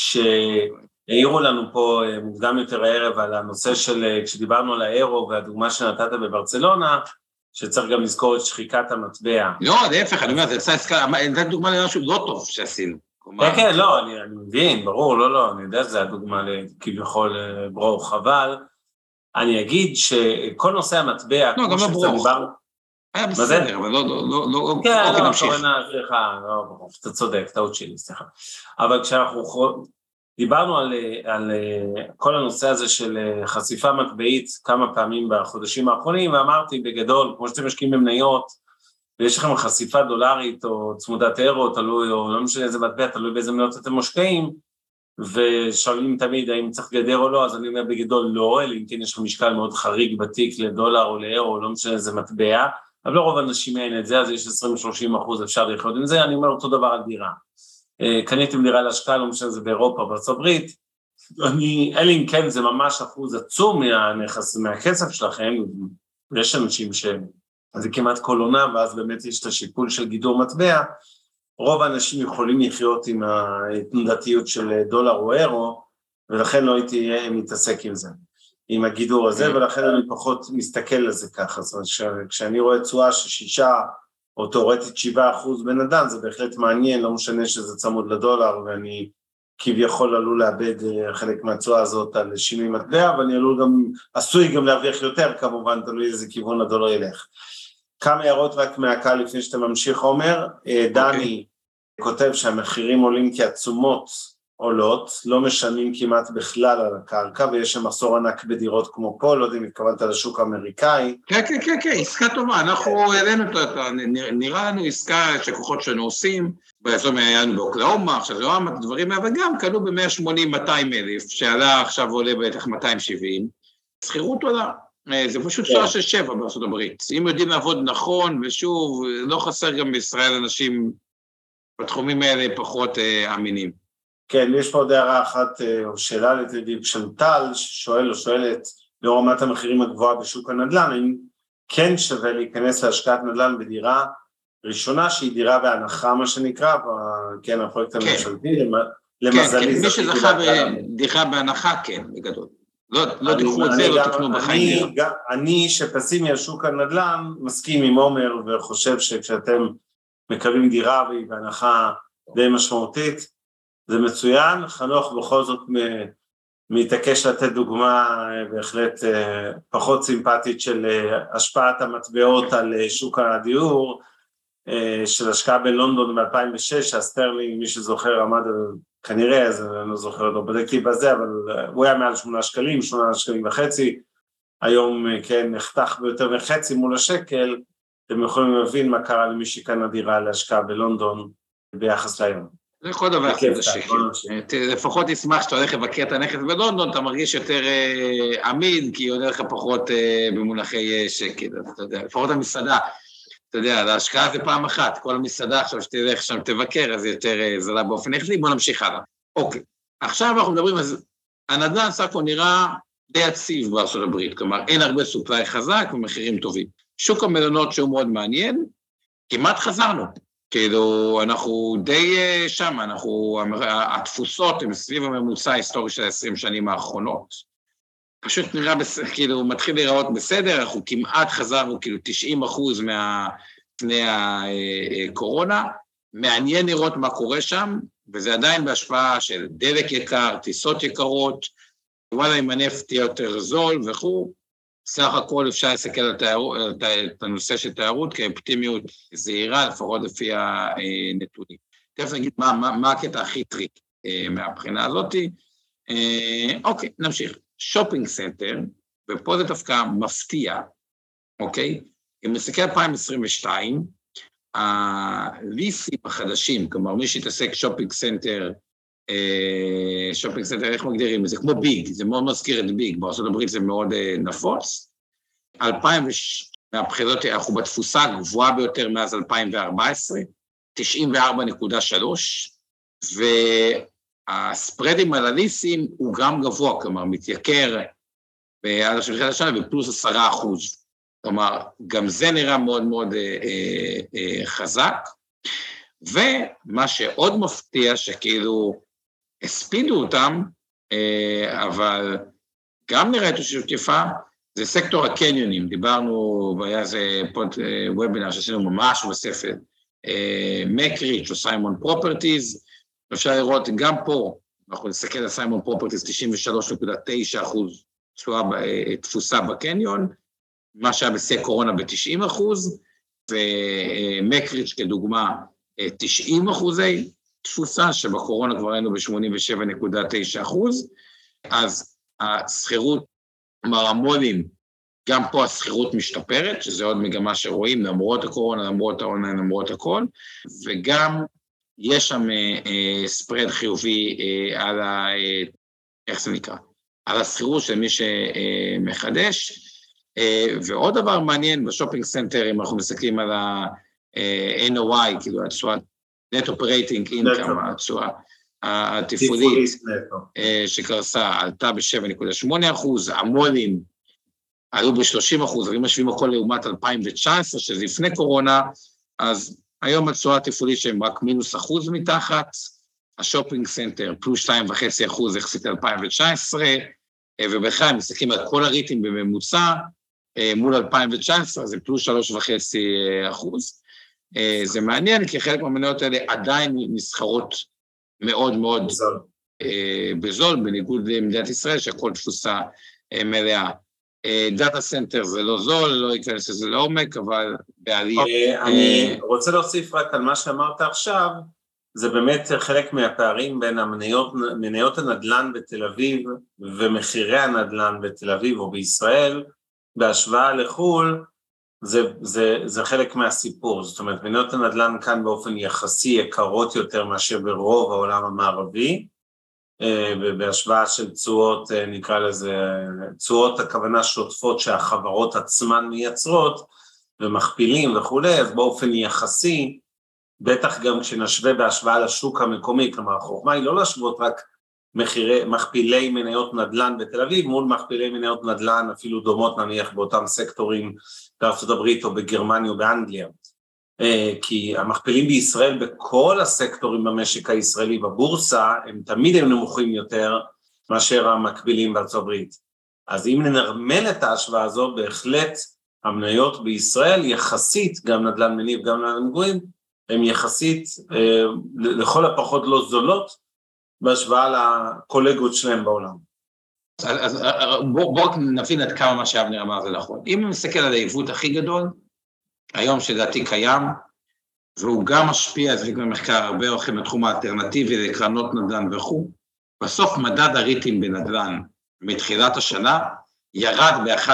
שהעירו לנו פה מוקדם יותר הערב על הנושא של, כשדיברנו על האירו והדוגמה שנתת בברצלונה, שצריך גם לזכור את שחיקת המטבע. לא, להפך, אני אומר, זה דוגמה למשהו לא טוב שעשינו. כן, לא, אני מבין, ברור, לא, אני יודע שזה הדוגמה כביכול ברוך, אבל אני אגיד שכל נושא המטבע, לא, גם לא ברוך. היה בסדר, אבל לא, כן, לא, סליחה, אתה צודק, טעות שלי, סליחה. אבל כשאנחנו דיברנו על כל הנושא הזה של חשיפה מטבעית כמה פעמים בחודשים האחרונים, ואמרתי בגדול, כמו שאתם משקיעים במניות, ויש לכם חשיפה דולרית או צמודת אירו, תלוי, או לא משנה איזה מטבע, תלוי באיזה מניות אתם מושקעים, ושואלים תמיד האם צריך גדר או לא, אז אני אומר בגדול לא, אלא אם כן יש לך משקל מאוד חריג בתיק לדולר או לאירו, לא משנה איזה מטבע, אבל לא רוב האנשים אין את זה, אז יש 20-30% אפשר לחיות עם זה, אני אומר אותו דבר על דירה. קניתם דירה להשקעה, לא משנה זה באירופה, בארצות הברית, אלא אם כן זה ממש אחוז עצום מהכסף שלכם, ויש אנשים זה כמעט כל עונה, ואז באמת יש את השיקול של גידור מטבע, רוב האנשים יכולים לחיות עם התנודתיות של דולר או אירו, ולכן לא הייתי מתעסק עם זה, עם הגידור הזה, ולכן אני פחות מסתכל על זה ככה, זאת אומרת, כשאני רואה תשואה ש6 או תאורטית 7% בנדל"ן, זה בהחלט מעניין, לא משנה שזה צמוד לדולר, ואני כביכול עלול לאבד חלק מהתשואה הזאת על שינוי מטבע, ואני עשוי גם להרוויח יותר, כמובן, תלוי איזה כיוון הדולר ילך. כמה הערות רק מהקהל לפני שאתה ממשיך, עומר. דני כותב שהמחירים עולים כי התשומות עולות, לא משלמים כמעט בכלל על הקרקע, ויש שם מחסור ענק בדירות כמו פה, לא יודע אם התכוונת לשוק האמריקאי. כן, עסקה טובה, אנחנו העלינו אותה, נראה לנו עסקה שכוחות שלנו עושים, באזור היינו באוקלאומה, עכשיו זה לא אמרת דברים, אבל גם קנו ב-180-200 אלף, שעלה עכשיו עולה בטח 270, שכירות עולה. זה פשוט תשואה של 7 בארצות הברית. אם יודעים לעבוד נכון, ושוב, לא חסר גם בישראל אנשים בתחומים האלה פחות אמינים. כן, יש פה עוד הערה אחת, או שאלה לתדיב של טל, ששואל או שואלת, ברמת המחירים הגבוהה בשוק הנדל"ן, אם כן שווה להיכנס להשקעת נדל"ן בדירה ראשונה, שהיא דירה בהנחה, מה שנקרא, כן, הפרויקט הממשלתי, למזלי. כן, מי שזכה בדירה בהנחה, כן, בגדול. לא תקחו את זה, לא תקנו בחיים דירה. אני שפסימי על שוק הנדל"ן, מסכים עם עומר, וחושב שכשאתם מקבלים דירה והיא בהנחה די משמעותית, זה מצוין. חנוך בכל זאת מתעקש לתת דוגמה בהחלט פחות סימפטית של השפעת המטבעות על שוק הדיור, של השקעה בלונדון ב-2006, הסטרלינג, מי שזוכר עמד כנראה, אז אני לא זוכר, לא בדקתי בזה, אבל הוא היה מעל 8 שקלים, 8.5 שקלים, היום כן נחתך ביותר מחצי מול השקל, אתם יכולים להבין מה קרה למי שקנה דירה להשקעה בלונדון ביחס להיום. זה כל דבר כזה שקל, לפחות תשמח שאתה הולך לבקר את הנכס בלונדון, אתה מרגיש יותר עמיד, כי עולה לך פחות במונחי שקל, אתה יודע, לפחות המסעדה, אתה יודע, להשקעה זה פעם אחת, כל המסעדה עכשיו שתלך שם תבקר, אז יותר זלה באופן יחסי, בוא נמשיך הלאה. אוקיי, עכשיו אנחנו מדברים, אז הנדל"ן סך הכל נראה די יציב בארצות הברית, כלומר אין הרבה סופליי חזק ומחירים טובים. שוק המלונות שהוא מאוד מעניין, כמעט חזרנו, כאילו אנחנו די שם, התפוסות הן סביב הממוצע ההיסטורי של 20 שנים האחרונות, פשוט נראה, כאילו, מתחיל להיראות בסדר, אנחנו כמעט חזרנו, כאילו, 90% מהפני הקורונה, מעניין לראות מה קורה שם, וזה עדיין בהשפעה של דלק יקר, טיסות יקרות, וואלה, אם הנפט יהיה יותר זול וכו', סך הכל אפשר לסתכל על את הנושא של תיירות, כאופטימיות זהירה, לפחות לפי הנתונים. תכף נגיד מה הקטע הכי טריק מהבחינה הזאת. אוקיי, נמשיך. שופינג סנטר, ופה זה דווקא מפתיע, אוקיי? אם נסתכל 2022, הליסים החדשים, כלומר מי שהתעסק שופינג סנטר שופינג סנטר, איך מגדירים את זה? כמו ביג, זה מאוד מזכיר את ביג, בארצות הברית זה מאוד נפוץ. 2000, מהבחינות אנחנו בתפוסה הגבוהה ביותר מאז 2014, 94.3, והספרדים על הליסים הוא גם גבוה, כלומר, מתייקר עד השביחת השנה בפלוס 10%. כלומר, גם זה נראה מאוד מאוד חזק, ומה שעוד מפתיע שכאילו הספידו אותם, אבל גם נראה התאוששות יפה, זה סקטור הקניונים, דיברנו, והיה איזה וובינר שעשינו ממש בספר, מקריץ' או סיימון פרופרטיז, אפשר לראות גם פה, אנחנו נסתכל על סיימון פרופרטיז, 93.9% תפוסה בקניון, מה שהיה בשיא הקורונה ב-90%, ומקריץ' כדוגמה 90% תפוסה, שבקורונה כבר היינו ב-87.9%, אז הסחירות, כלומר המולים, גם פה הסחירות משתפרת, שזה עוד מגמה שרואים, למרות הקורונה, למרות האונליין, למרות הכל, וגם יש שם ספרד חיובי על איך זה נקרא? על הסחירות של מי שמחדש, ועוד דבר מעניין בשופינג סנטר, אם אנחנו מסתכלים על ה-NOI, כאילו התשואה, Net Operating Income, התשואה התפעולית שקרסה, עלתה ב-7.8%, המולים עלו ב-30%, אבל אם משווים הכל לעומת 2019, שזה לפני קורונה, אז היום התשואה התפעולית שהם רק -1% מתחת, השופינג סנטר פלוס 2.5% יחסית 2019, ובכלל, מסתכלים על כל הריטים בממוצע, מול 2019, זה פלוס 3.5%. זה מעניין, כי חלק מהמניות האלה עדיין נסחרות מאוד מאוד בזול, בניגוד למדינת ישראל, שהכל תפוסה מלאה. דאטה סנטר זה לא זול, לא ייכנס לזה לעומק, אבל בעלייה. אני רוצה להוסיף רק על מה שאמרת עכשיו, זה באמת חלק מהפערים בין מניות הנדל"ן בתל אביב, ומחירי הנדל"ן בתל אביב או בישראל, בהשוואה לחול, זה חלק מהסיפור. זאת אומרת, מניות הנדל"ן כאן באופן יחסי יקרות יותר מאשר ברוב העולם המערבי, בהשוואה של תשואות, נקרא לזה, תשואות הכוונה שוטפות שהחברות עצמן מייצרות, ומכפילים וכו', אז באופן יחסי, בטח גם כשנשווה בהשוואה לשוק המקומי, כלומר, החוכמה היא לא להשוות רק מכפילי מניות נדל"ן בתל אביב, מול מכפילי מניות נדל"ן אפילו דומות נניח באותם סקטורים בארצות הברית או בגרמניה או באנגליה, כי המכפילים בישראל בכל הסקטורים במשק הישראלי בבורסה, הם תמיד נמוכים יותר מאשר המקבילים בארצות הברית. אז אם ננרמל את ההשוואה הזו, בהחלט המניות בישראל יחסית, גם נדל"ן מניב, גם נדל"ן מגורים, הן יחסית לכל הפחות לא זולות, בהשוואה לקולגות שלהם בעולם. אז בואו נבין עד כמה מה שאבנר אמר זה נכון. אם נסתכל על העיוות הכי גדול, היום שלדעתי קיים, והוא גם משפיע, זה נקרא מחקר הרבה הולכים לתחום האלטרנטיבי, לקרנות נדל"ן וכו', בסוף מדד הריטים בנדל"ן מתחילת השנה ירד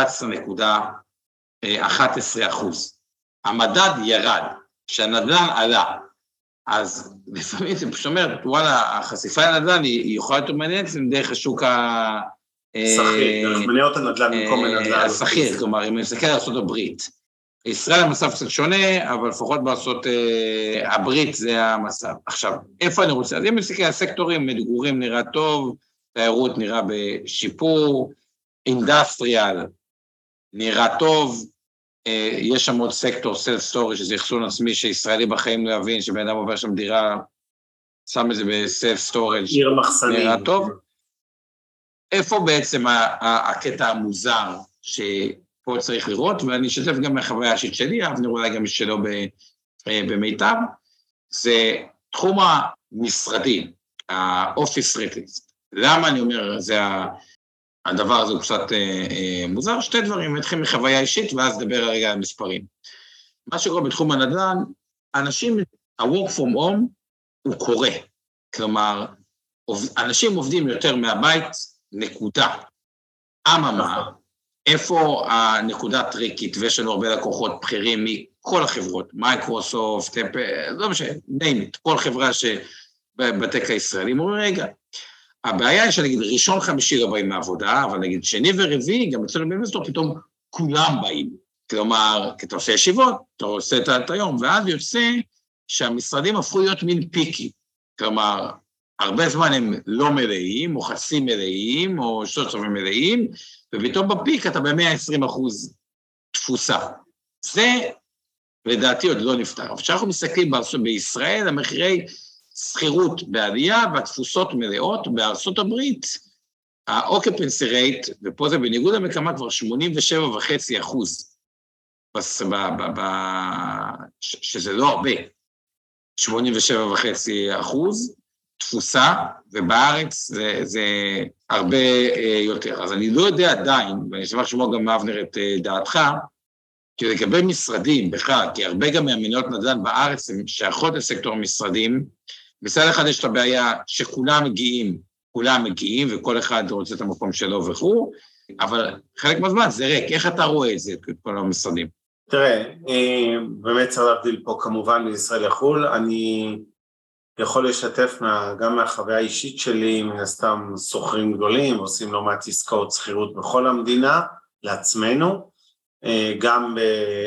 ב-11.11%. המדד ירד, שהנדל"ן עלה. אז לפעמים זה פשוט אומר, וואלה, החשיפה לנדל"ן היא יכולה יותר מעניינת, זה דרך השוק שכיר, דרך מניות הנדל"ן במקום הנדל"ן. השכיר, כלומר, אם נסתכל על ארצות הברית. ישראל המצב קצת שונה, אבל לפחות בארצות הברית זה המצב. עכשיו, איפה אני רוצה? אז אם נסתכל על סקטורים, מגורים נראה טוב, תיירות נראה בשיפור, אינדסטריאל נראה טוב, יש שם עוד סקטור, סלף סטורי, שזה אחסון עצמי שישראלי בחיים לא יבין, שבן אדם עובר שם דירה, שם את זה בסלף סטורג', נראה טוב. איפה בעצם הקטע המוזר שפה צריך לראות, ואני אשתף גם מהחוויה האישית שלי, אבנר אולי גם שלו במיטב, זה תחום המשרדי, האופיס רטלס. למה אני אומר, זה הדבר הזה הוא קצת מוזר? שתי דברים, נתחיל מחוויה אישית, ואז נדבר רגע על מספרים. מה שקורה בתחום הנדל"ן, אנשים, ה-work from home הוא קורה. כלומר, אנשים עובדים יותר מהבית, נקודה. אממה, איפה הנקודה טריקית, ויש לנו הרבה לקוחות בכירים מכל החברות, מייקרוסופט, לא משנה, נעים, כל חברה בטק הישראלי, אומרים, רגע, הבעיה היא שנגיד ראשון חמישי לא באים מהעבודה, אבל נגיד שני ורביעי, גם אצלנו באינבסטור, פתאום כולם באים. כלומר, כי אתה עושה ישיבות, אתה עושה את היום, ואז יוצא שהמשרדים הפכו להיות מין פיקי. כלומר, הרבה זמן הם לא מלאים, או חצי מלאים, או שלושת רבעי מלאים, ופתאום בפיק אתה ב-120% תפוסה. זה, לדעתי, עוד לא נפתר. אבל כשאנחנו מסתכלים בישראל, המחירי שכירות בעלייה, והתפוסות מלאות, בארצות הברית, ה-occupancy rate, ופה זה בניגוד למקמה כבר 87.5%, שזה לא הרבה, 87.5% תפוסה, ובארץ זה הרבה יותר. אז אני לא יודע עדיין, ואני אשמח לשמוע גם מאבנר את דעתך, כי לגבי משרדים בכלל, כי הרבה גם מהמניות נדל"ן בארץ הם שייכות לסקטור המשרדים, בסדר אחד יש את הבעיה שכולם מגיעים, וכל אחד רוצה את המקום שלו וכו', אבל חלק מהזמן זה ריק, איך אתה רואה את זה, את כל המשרדים? תראה, באמת צריך להבדיל פה כמובן בישראל לחול, אני יכול לשתף גם מהחוויה האישית שלי, מן הסתם סוחרים גדולים, עושים לא מעט עסקאות שכירות בכל המדינה, לעצמנו, גם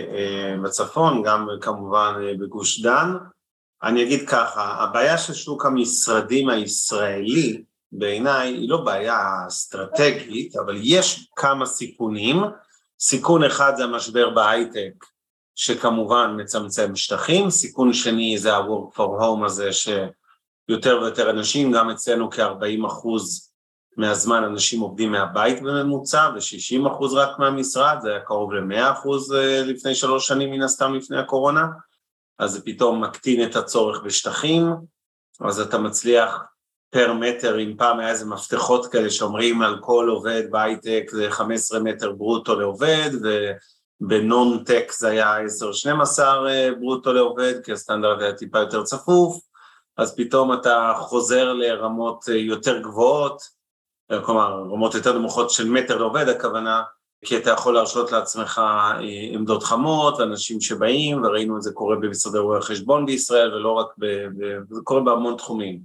בצפון, גם כמובן בגוש דן. אני אגיד ככה, הבעיה של שוק המשרדים הישראלי, בעיניי, היא לא בעיה אסטרטגית, אבל יש כמה סיכונים. סיכון אחד זה המשבר בהייטק, שכמובן מצמצם שטחים, סיכון שני זה ה-work from home הזה, שיותר ויותר אנשים, גם אצלנו כ-40% מהזמן אנשים עובדים מהבית בממוצע, ו-60% רק מהמשרד, זה היה קרוב ל-100% לפני 3 שנים מן הסתם לפני הקורונה, אז זה פתאום מקטין את הצורך בשטחים, אז אתה מצליח פר מטר, אם פעם היה איזה מפתחות כאלה שאומרים על כל עובד בהייטק זה 15 מטר ברוטו לעובד, ובנון-טק זה היה 10-12 ברוטו לעובד, כי הסטנדרט היה טיפה יותר צפוף, אז פתאום אתה חוזר לרמות יותר גבוהות, כלומר רמות יותר נמוכות של מטר לעובד הכוונה, כי אתה יכול להרשות לעצמך עמדות חמות, אנשים שבאים, וראינו את זה קורה במשרדי רואי החשבון בישראל, ולא רק, זה קורה בהמון תחומים.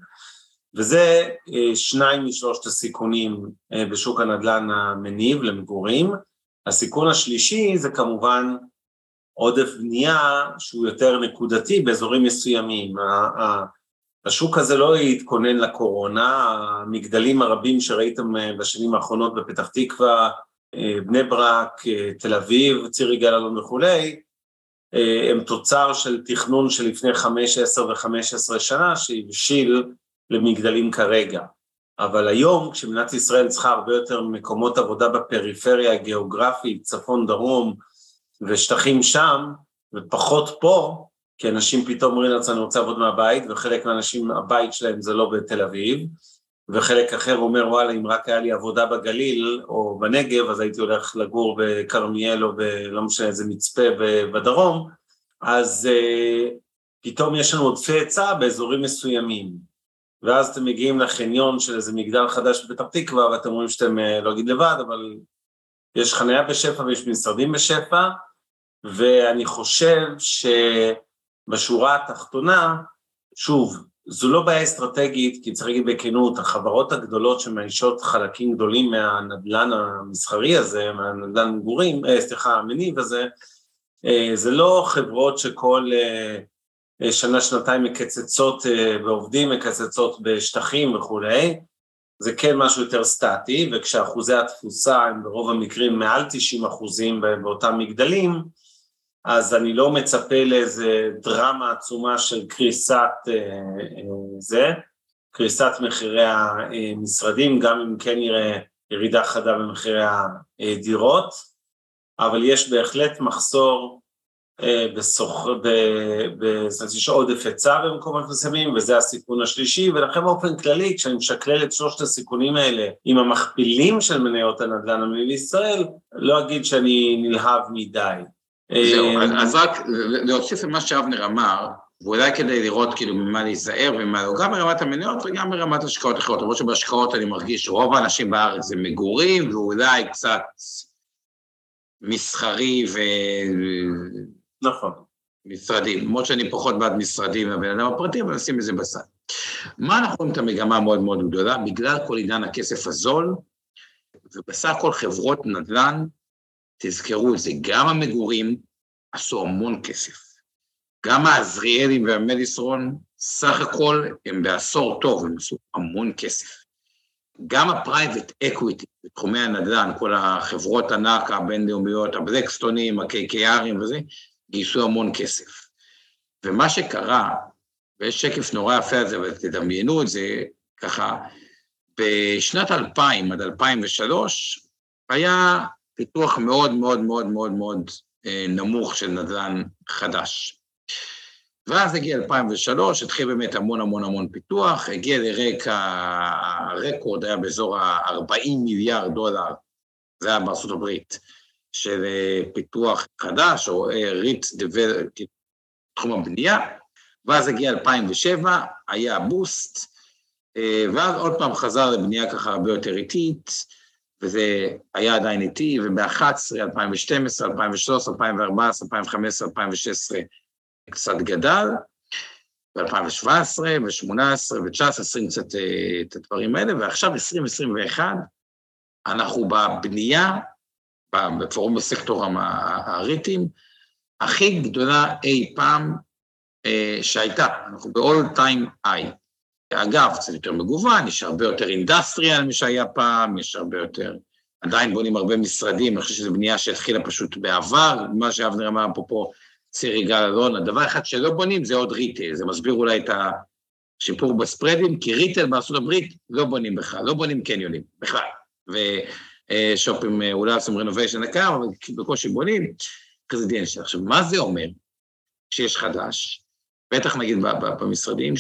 וזה 2 משלושת הסיכונים בשוק הנדל"ן המניב למגורים. הסיכון השלישי זה כמובן עודף בנייה שהוא יותר נקודתי באזורים מסוימים. השוק הזה לא יתכונן לקורונה, המגדלים הרבים שראיתם בשנים האחרונות בפתח תקווה, בני ברק, תל אביב, ציר יגאל אלון וכולי, הם תוצר של תכנון של לפני 5, 10 ו-15 שנה שהבשיל למגדלים כרגע. אבל היום כשמדינת ישראל צריכה הרבה יותר מקומות עבודה בפריפריה הגיאוגרפית, צפון דרום ושטחים שם, ופחות פה, כי אנשים פתאום אומרים לעצמם, אני רוצה לעבוד מהבית, וחלק מהאנשים, הבית שלהם זה לא בתל אביב, וחלק אחר אומר, וואלה, אם רק היה לי עבודה בגליל או בנגב, אז הייתי הולך לגור בקרמיאל או לא משנה איזה מצפה בדרום, אז פתאום יש לנו עודפי היצע באזורים מסוימים, ואז אתם מגיעים לחניון של איזה מגדל חדש בפתח תקווה, ואתם אומרים שאתם לא אגיד לבד, אבל יש חניה בשפע ויש משרדים בשפע, ואני חושב שבשורה התחתונה, שוב, זו לא בעיה אסטרטגית, כי צריך להגיד בכנות, החברות הגדולות שמאישות חלקים גדולים מהנדלן המסחרי הזה, מהנדלן מגורים, המניב הזה, זה לא חברות שכל שנה, שנתיים מקצצות בעובדים, מקצצות בשטחים וכו'. זה כן משהו יותר סטטי, וכשאחוזי התפוסה הם ברוב המקרים מעל 90% באותם מגדלים, אז אני לא מצפה לאיזה דרמה עצומה של קריסת מחירי המשרדים, גם אם כן נראה ירידה חדה במחירי הדירות, אבל יש בהחלט מחסור יש עודף היצע במקומות מסוימים, וזה הסיכון השלישי, ולכן באופן כללי, כשאני משקלל את שלושת הסיכונים האלה, עם המכפילים של מניות הנדל"ן המניב בישראל, לא אגיד שאני נלהב מדי. זהו, אז רק להוסיף למה שאבנר אמר, ואולי כדי לראות כאילו ממה להיזהר ומה לא, גם ברמת המניות וגם ברמת השקעות אחרות, למרות שבהשקעות אני מרגיש שרוב האנשים בארץ זה מגורים, ואולי קצת מסחרי נכון. משרדים, למרות שאני פחות בעד משרדים מהבן אדם הפרטי, אבל נשים את זה בסד. מה אנחנו רואים את המגמה מאוד מאוד גדולה? בגלל כל עידן הכסף הזול, ובסך הכל חברות נדל"ן, תזכרו את זה, גם המגורים עשו המון כסף. גם העזריאלים והמדיסון, סך הכל הם בעשור טוב, הם עשו המון כסף. גם הפרייבט אקוויטי, בתחומי הנדל"ן, כל החברות ענק, הבינלאומיות, הבלקסטונים, ה-KKRים וזה, גייסו המון כסף. ומה שקרה, ויש שקף נורא יפה על זה, ותדמיינו את זה ככה, בשנת 2000 עד 2003, היה פיתוח מאוד מאוד מאוד מאוד מאוד נמוך של נדל"ן חדש. ואז הגיע 2003, התחיל באמת המון המון המון פיתוח, הגיע לרקע, הרקורד היה באזור ה-40 מיליארד דולר, זה היה בארצות הברית, של פיתוח חדש, או ריט תחום הבנייה, ואז הגיע 2007, היה בוסט, ואז עוד פעם חזר לבנייה ככה הרבה יותר איטית, וזה היה עדיין איטי, וב-11, 2012, 2013, 2014, 2015, 2016, קצת גדל, ב-2017, ו-18, ו-19, עשינו קצת את הדברים האלה, ועכשיו 2021, אנחנו בבנייה, בפורום בסקטור הריטים, הכי גדולה אי פעם שהייתה, אנחנו ב-all time high. אגב, זה יותר מגוון, יש הרבה יותר אינדסטריאל משהיה פעם, יש הרבה יותר, עדיין בונים הרבה משרדים, אני חושב שזו בנייה שהתחילה פשוט בעבר, מה שאבנר אמר פה, ציר יגאל אלון, הדבר אחד שלא בונים זה עוד ריטל, זה מסביר אולי את השיפור בספרדים, כי ריטל בארצות הברית לא בונים בכלל, לא בונים קניונים בכלל, ושופים אולי עושים רנוביישן הקר, אבל בקושי בונים, כזה דין של. עכשיו, מה זה אומר שיש חדש, בטח נגיד במשרדים,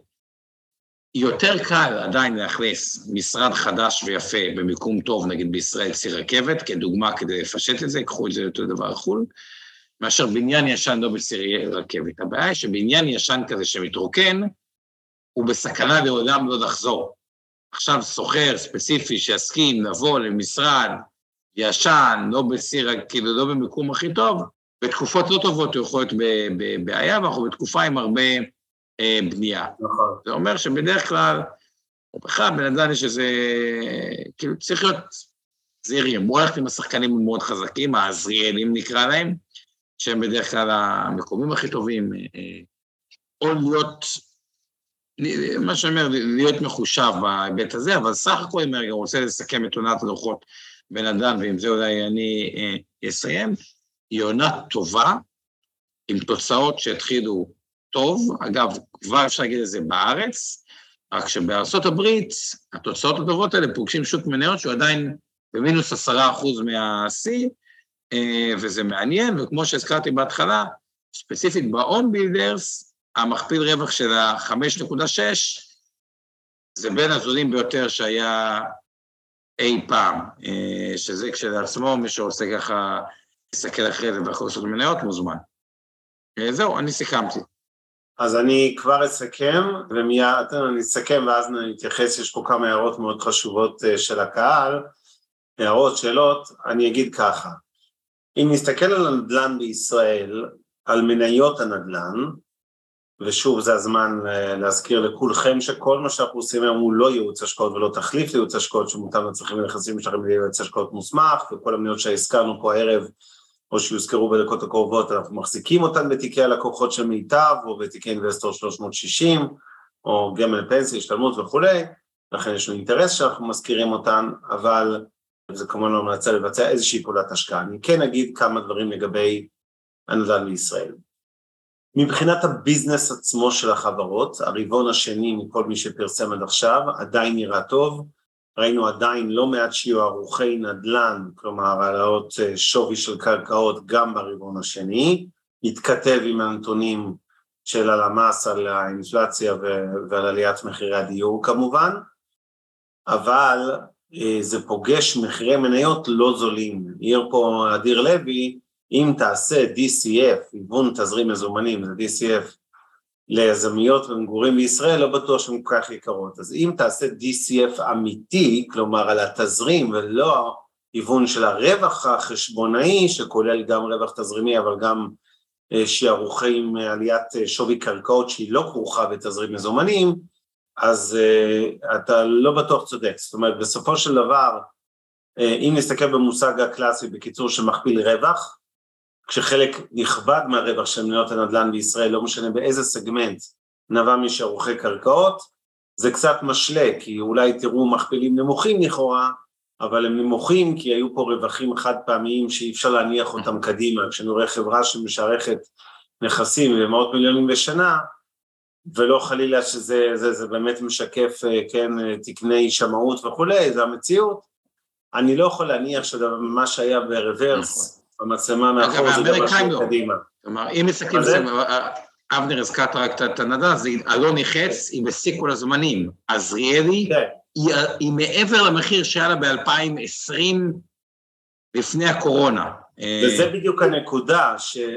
שיותר קל עדיין להכניס משרד חדש ויפה במיקום טוב, נגיד בישראל ציר רכבת, כדוגמה כדי לפשט את זה, קחו את זה יותר דבר חול, מאשר בניין ישן לא בציר רכבת. הבעיה היא שבניין ישן כזה שמתרוקן, הוא בסכנה לעולם לא לחזור. עכשיו סוחר ספציפי שיסכים לבוא למשרד ישן, לא בציר, כאילו לא במיקום הכי טוב, בתקופות לא טובות הוא יכול להיות בבעיה, ואנחנו בתקופה עם הרבה בנייה. זה אומר שבדרך כלל, או בכלל, בנדל"ן יש איזה, כאילו צריך להיות זהירים, בואו הולכת עם השחקנים מאוד חזקים, העזריאלים נקרא להם, שהם בדרך כלל המקומים הכי טובים, או להיות, מה שאומר, להיות מחושב בהיבט הזה, אבל סך הכל אם אני רוצה לסכם את עונת הדוחות בנדל"ן, ועם זה אולי אני אסיים, היא עונה טובה, עם תוצאות שהתחילו טוב, אגב, כבר אפשר להגיד את זה בארץ, רק שבארצות הברית, התוצאות הטובות האלה פוגשים שוק מניות, שהוא עדיין במינוס 10% מה-C, וזה מעניין, וכמו שהזכרתי בהתחלה, ספציפית ב-on builders, המכפיל רווח של ה-5.6, זה בין הזולים ביותר שהיה אי פעם, שזה כשלעצמו, מי שעושה ככה, יסתכל אחרי זה ויכול לעשות מניות, מוזמן. זהו, אני סיכמתי. אז אני כבר אסכם, ומיד אני אסכם ואז נתייחס, יש פה כמה הערות מאוד חשובות של הקהל, הערות, שאלות, אני אגיד ככה, אם נסתכל על הנדל"ן בישראל, על מניות הנדל"ן, ושוב זה הזמן להזכיר לכולכם שכל מה שאנחנו עושים היום הוא לא ייעוץ השקעות ולא תחליף לייעוץ השקעות שמותאם לצרכים ונכסים שלכם לייעוץ השקעות מוסמך, וכל המניות שהזכרנו פה הערב או שיוזכרו בדקות הקרובות, אנחנו מחזיקים אותן בתיקי הלקוחות של מיטב או בתיקי אינבסטור 360 או גמל פנסיה, השתלמות וכו', לכן יש לנו אינטרס שאנחנו מזכירים אותן, אבל זה כמובן לא מנסה לבצע איזושהי פעולת השקעה. אני כן אגיד כמה דברים לגבי הנדל"ן בישראל. מבחינת הביזנס עצמו של החברות, הרבעון השני מכל מי שפרסם עד עכשיו, עדיין נראה טוב, ראינו עדיין לא מעט שיערוכי נדל"ן, כלומר העלאות שווי של קרקעות גם ברבעון השני, התכתב עם הנתונים של הלמ"ס על האינפלציה ועל עליית מחירי הדיור כמובן, אבל זה פוגש מחירי מניות לא זולים. העיר פה אדיר לוי, אם תעשה DCF, היוון תזרים מזומנים, זה DCF, ליזמיות ומגורים בישראל, לא בטוח שהן כל כך יקרות. אז אם תעשה DCF אמיתי, כלומר על התזרים ולא היוון של הרווח החשבונאי, שכולל גם רווח תזרימי, אבל גם שיערוכי עם עליית שווי קרקעות שהיא לא כרוכה בתזרים מזומנים, אז אתה לא בטוח צודק, זאת אומרת, בסופו של דבר, אם נסתכל במושג הקלאסי, בקיצור שמכפיל רווח, כשחלק נכבד מהרווח של מניות הנדל"ן בישראל, לא משנה באיזה סגמנט, נבע משערוכי קרקעות, זה קצת משלה, כי אולי תראו מכפילים נמוכים לכאורה, אבל הם נמוכים כי היו פה רווחים חד פעמיים שאי אפשר להניח אותם קדימה, כשאני רואה חברה שמשערכת נכסים ומאות מיליונים בשנה, ולא חלילה שזה באמת משקף, כן, תקני שמאות וכולי, זה המציאות, אני לא יכול להניח שמה שהיה ברוורס, המצלמה מאחור זה דבר שקדימה. כלומר, אם מסתכלים, אבנר הזכרת רק את הנדל"ן, זה אלון יחץ, היא בשיא כל הזמנים, עזריאלי, היא מעבר למחיר שהיה לה ב-2020, לפני הקורונה. וזה בדיוק הנקודה,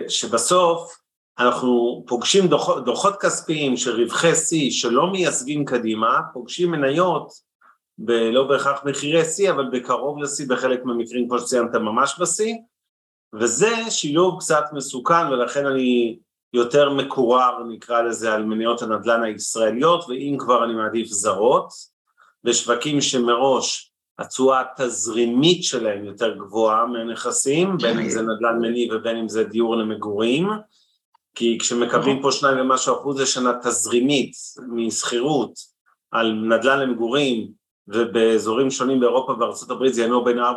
שבסוף אנחנו פוגשים דוחות כספיים של רווחי שיא, שלא מייצגים קדימה, פוגשים מניות, לא בהכרח מחירי שיא, אבל בקרוב לשיא, בחלק מהמקרים, כמו שציינת, ממש בשיא, וזה שילוב קצת מסוכן, ולכן אני יותר מקורר, נקרא לזה, על מניות הנדל"ן הישראליות, ואם כבר אני מעדיף זרות, בשווקים שמראש התשואה התזרימית שלהם יותר גבוהה מהנכסים, בין אם זה נדל"ן מניב ובין אם זה דיור למגורים, כי כשמקבלים פה 2% ומשהו לשנה תזרימית מסחירות על נדל"ן למגורים, ובאזורים שונים באירופה וארצות הברית זה ינוע בין 4.5%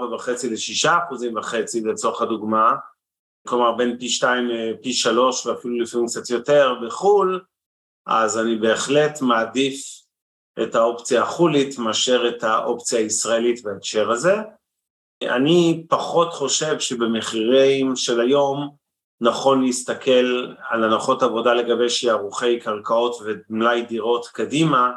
ל6.5% לצורך הדוגמה, כלומר בין פי 2, פי 3 ואפילו לפעמים קצת יותר בחול, אז אני בהחלט מעדיף את האופציה החולית מאשר את האופציה הישראלית בהקשר הזה. אני פחות חושב שבמחירים של היום נכון להסתכל על הנחות עבודה לגבי שערוכי קרקעות ומלאי דירות קדימה,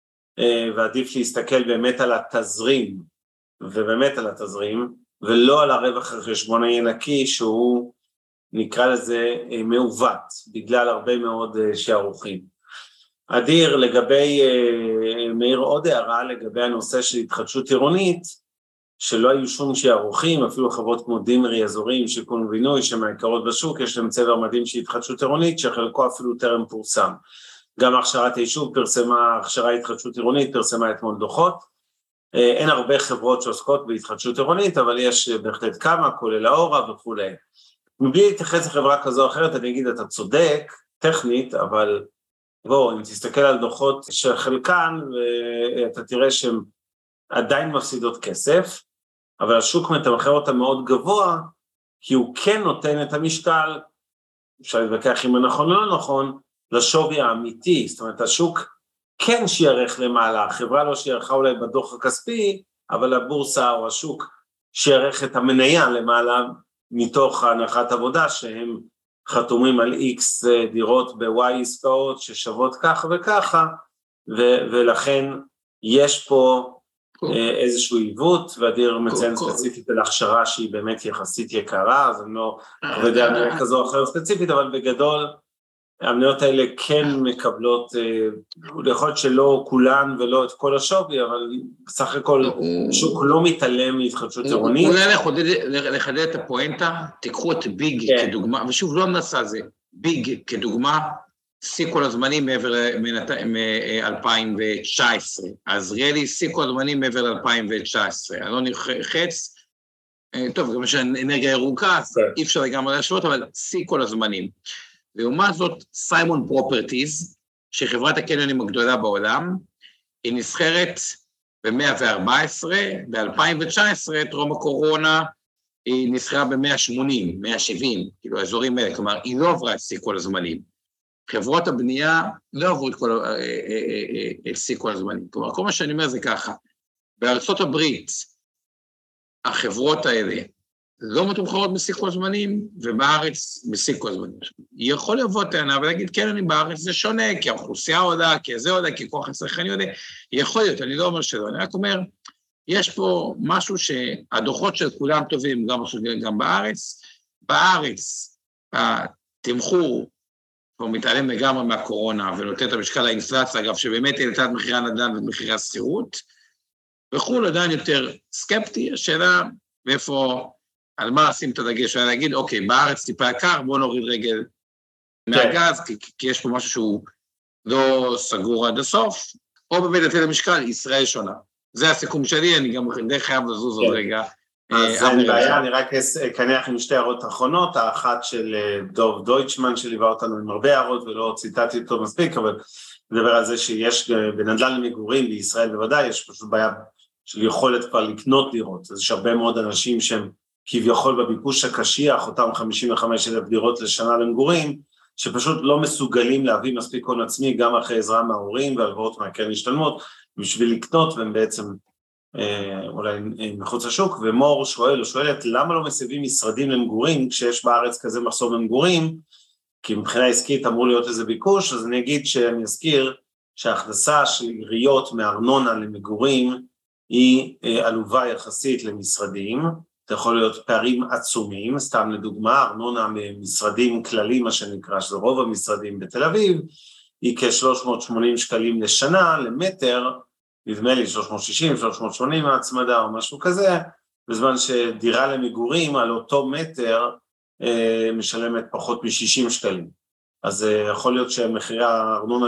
ועדיף להסתכל באמת על התזרים, ובאמת על התזרים, ולא על הרווח החשבונאי נקי שהוא נקרא לזה מעוות, בגלל הרבה מאוד שערוכים. אדיר, לגבי, מאיר עוד הערה לגבי הנושא של התחדשות עירונית, שלא היו שום שערוכים, אפילו חברות כמו דימרי, אזורים, שיכון ובינוי, שמעיקרות בשוק, יש להם צבר מדהים של התחדשות עירונית, שחלקו אפילו טרם פורסם. גם הכשרת היישוב פרסמה, הכשרה התחדשות עירונית, פרסמה אתמול דוחות. אין הרבה חברות שעוסקות בהתחדשות עירונית, אבל יש בהחלט כמה, כולל האורה וכו'. מבלי להתייחס לחברה כזו או אחרת, אני אגיד, אתה צודק, טכנית, אבל בוא, אם תסתכל על דוחות של חלקן, ואתה תראה שהן עדיין מפסידות כסף, אבל השוק מתמחר אותה מאוד גבוה, כי הוא כן נותן את המשקל, אפשר להתווכח אם הנכון או לא נכון, לשווי האמיתי, זאת אומרת, השוק כן שיערך למעלה, החברה לא שיערכה אולי בדוח הכספי, אבל הבורסה או השוק שיערך את המניה למעלה, מתוך הנחת עבודה, שהם חתומים על X דירות ב-Y עסקאות, ששוות ככה וככה, ולכן יש פה איזשהו עיוות, ואדיר מציין ספציפית על הכשרה שהיא באמת יחסית יקרה, אז אני לא יודע מניה כזו או אחרת ספציפית, אבל בגדול, המניות האלה כן מקבלות, יכול להיות שלא כולן ולא את כל השווי, אבל בסך הכל שוק לא מתעלם מהתחדשות עירונית. אולי לחדד את הפואנטה, תיקחו את ביג כדוגמה, ושוב לא המנסה זה, ביג כדוגמה, שיא כל הזמנים מעבר ל-2019, אז ריאלי שיא כל הזמנים מעבר ל-2019, אני לא נחץ, טוב, גם שאנרגיה ירוקה, אי אפשר לגמרי להשוות, אבל שיא כל הזמנים. לעומת זאת, סיימון פרופרטיז, שחברת הקניונים הגדולה בעולם, היא נסחרת ב-114, ב-2019, טרום הקורונה, היא נסחרה ב-180, 170, כאילו האזורים האלה, כלומר, היא לא עברה את שיא כל הזמנים. חברות הבנייה לא עברו את שיא כל הזמנים. כלומר, כל מה שאני אומר זה ככה, בארצות הברית, החברות האלה, לא מתומחרות בשיא כל הזמנים, ובארץ בשיא כל הזמנים. יכול לבוא טענה ולהגיד, כן, אני בארץ זה שונה, כי האוכלוסייה עולה, כי זה עולה, כי כוח הצרכני עולה, יכול להיות, אני לא אומר שלא, אני רק אומר, יש פה משהו שהדוחות של כולם טובים, גם בארץ, התמחור, הוא מתעלם לגמרי מהקורונה, ונותן את המשקל האינפלציה, אגב, שבאמת העלתה את מחירי הנדל"ן ואת מחירי השכירות, וכול עדיין יותר סקפטי, השאלה מאיפה, על מה לשים את הדגש, ולהגיד, אוקיי, בארץ טיפה יקר, בואו נוריד רגל מהגז, כי יש פה משהו שהוא לא סגור עד הסוף, או בבית המשקל, ישראל שונה. זה הסיכום שלי, אני גם די חייב לזוז עוד רגע. אז אין בעיה, אני רק אקנח עם שתי הערות האחרונות, האחת של דוב דויטשמן שליווה אותנו עם הרבה הערות ולא ציטטתי אותו מספיק, אבל מדבר על זה שיש בנדל"ן למגורים בישראל בוודאי, יש פשוט בעיה של יכולת כבר לקנות דירות, אז יש הרבה מאוד אנשים שהם כביכול בביקוש הקשיח, אותם 55,000 דירות לשנה למגורים, שפשוט לא מסוגלים להביא מספיק הון עצמי, גם אחרי עזרה מההורים והלוואות מהקרן השתלמות, בשביל לקנות, והם בעצם אולי מחוץ לשוק, ומור שואל או שואלת, למה לא מסבים משרדים למגורים, כשיש בארץ כזה מחסור למגורים, כי מבחינה עסקית אמור להיות איזה ביקוש, אז אני אגיד שאני אזכיר, שההכנסה של עיריות מארנונה למגורים, היא עלובה יחסית למשרדים, זה יכול להיות פערים עצומים, סתם לדוגמה, ארנונה ממשרדים כלליים, מה שנקרא, שזה רוב המשרדים בתל אביב, היא כ-380 שקלים לשנה, למטר, נדמה לי 360, 380 מהצמדה או משהו כזה, בזמן שדירה למגורים על אותו מטר משלמת פחות מ-60 שקלים. אז יכול להיות שמחירי הארנונה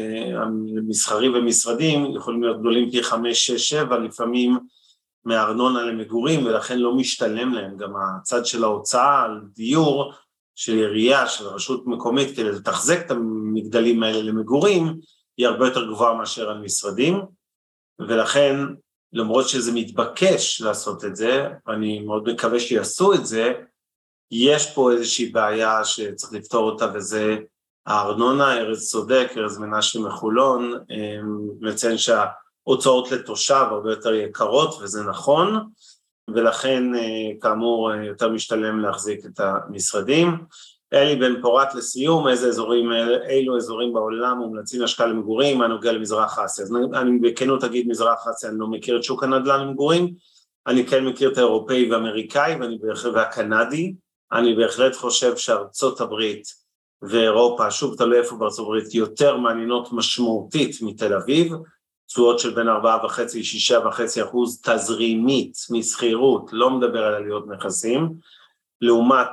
המסחרי ומשרדים יכולים להיות גדולים פי 5, 6, 7, לפעמים מהארנונה למגורים, ולכן לא משתלם להם. גם הצד של ההוצאה על דיור, של עירייה, של רשות מקומית, כדי לתחזק את המגדלים האלה למגורים, היא הרבה יותר גבוהה מאשר על משרדים, ולכן, למרות שזה מתבקש לעשות את זה, ואני מאוד מקווה שיעשו את זה, יש פה איזושהי בעיה שצריך לפתור אותה, וזה הארנונה. ארז צודק, ארז מנשה מחולון, מציין שההוצאות לתושב הרבה יותר יקרות, וזה נכון, ולכן כאמור יותר משתלם להחזיק את המשרדים. אלי בן פורת לסיום, אילו אזורים בעולם מומלצים להשקעה למגורים, מה נוגע למזרח אסיה? אז אני בכנות אגיד מזרח אסיה, אני לא מכיר את שוק הנדל"ן למגורים, אני כן מכיר את האירופאי והאמריקאי והקנדי, אני בהחלט חושב שארצות הברית ואירופה, שוב תלוי איפה בארצות הברית, יותר מעניינות משמעותית מתל אביב, תשואות של בין 4.5-6.5% תזרימית מסחירות, לא מדבר על עליות נכסים, לעומת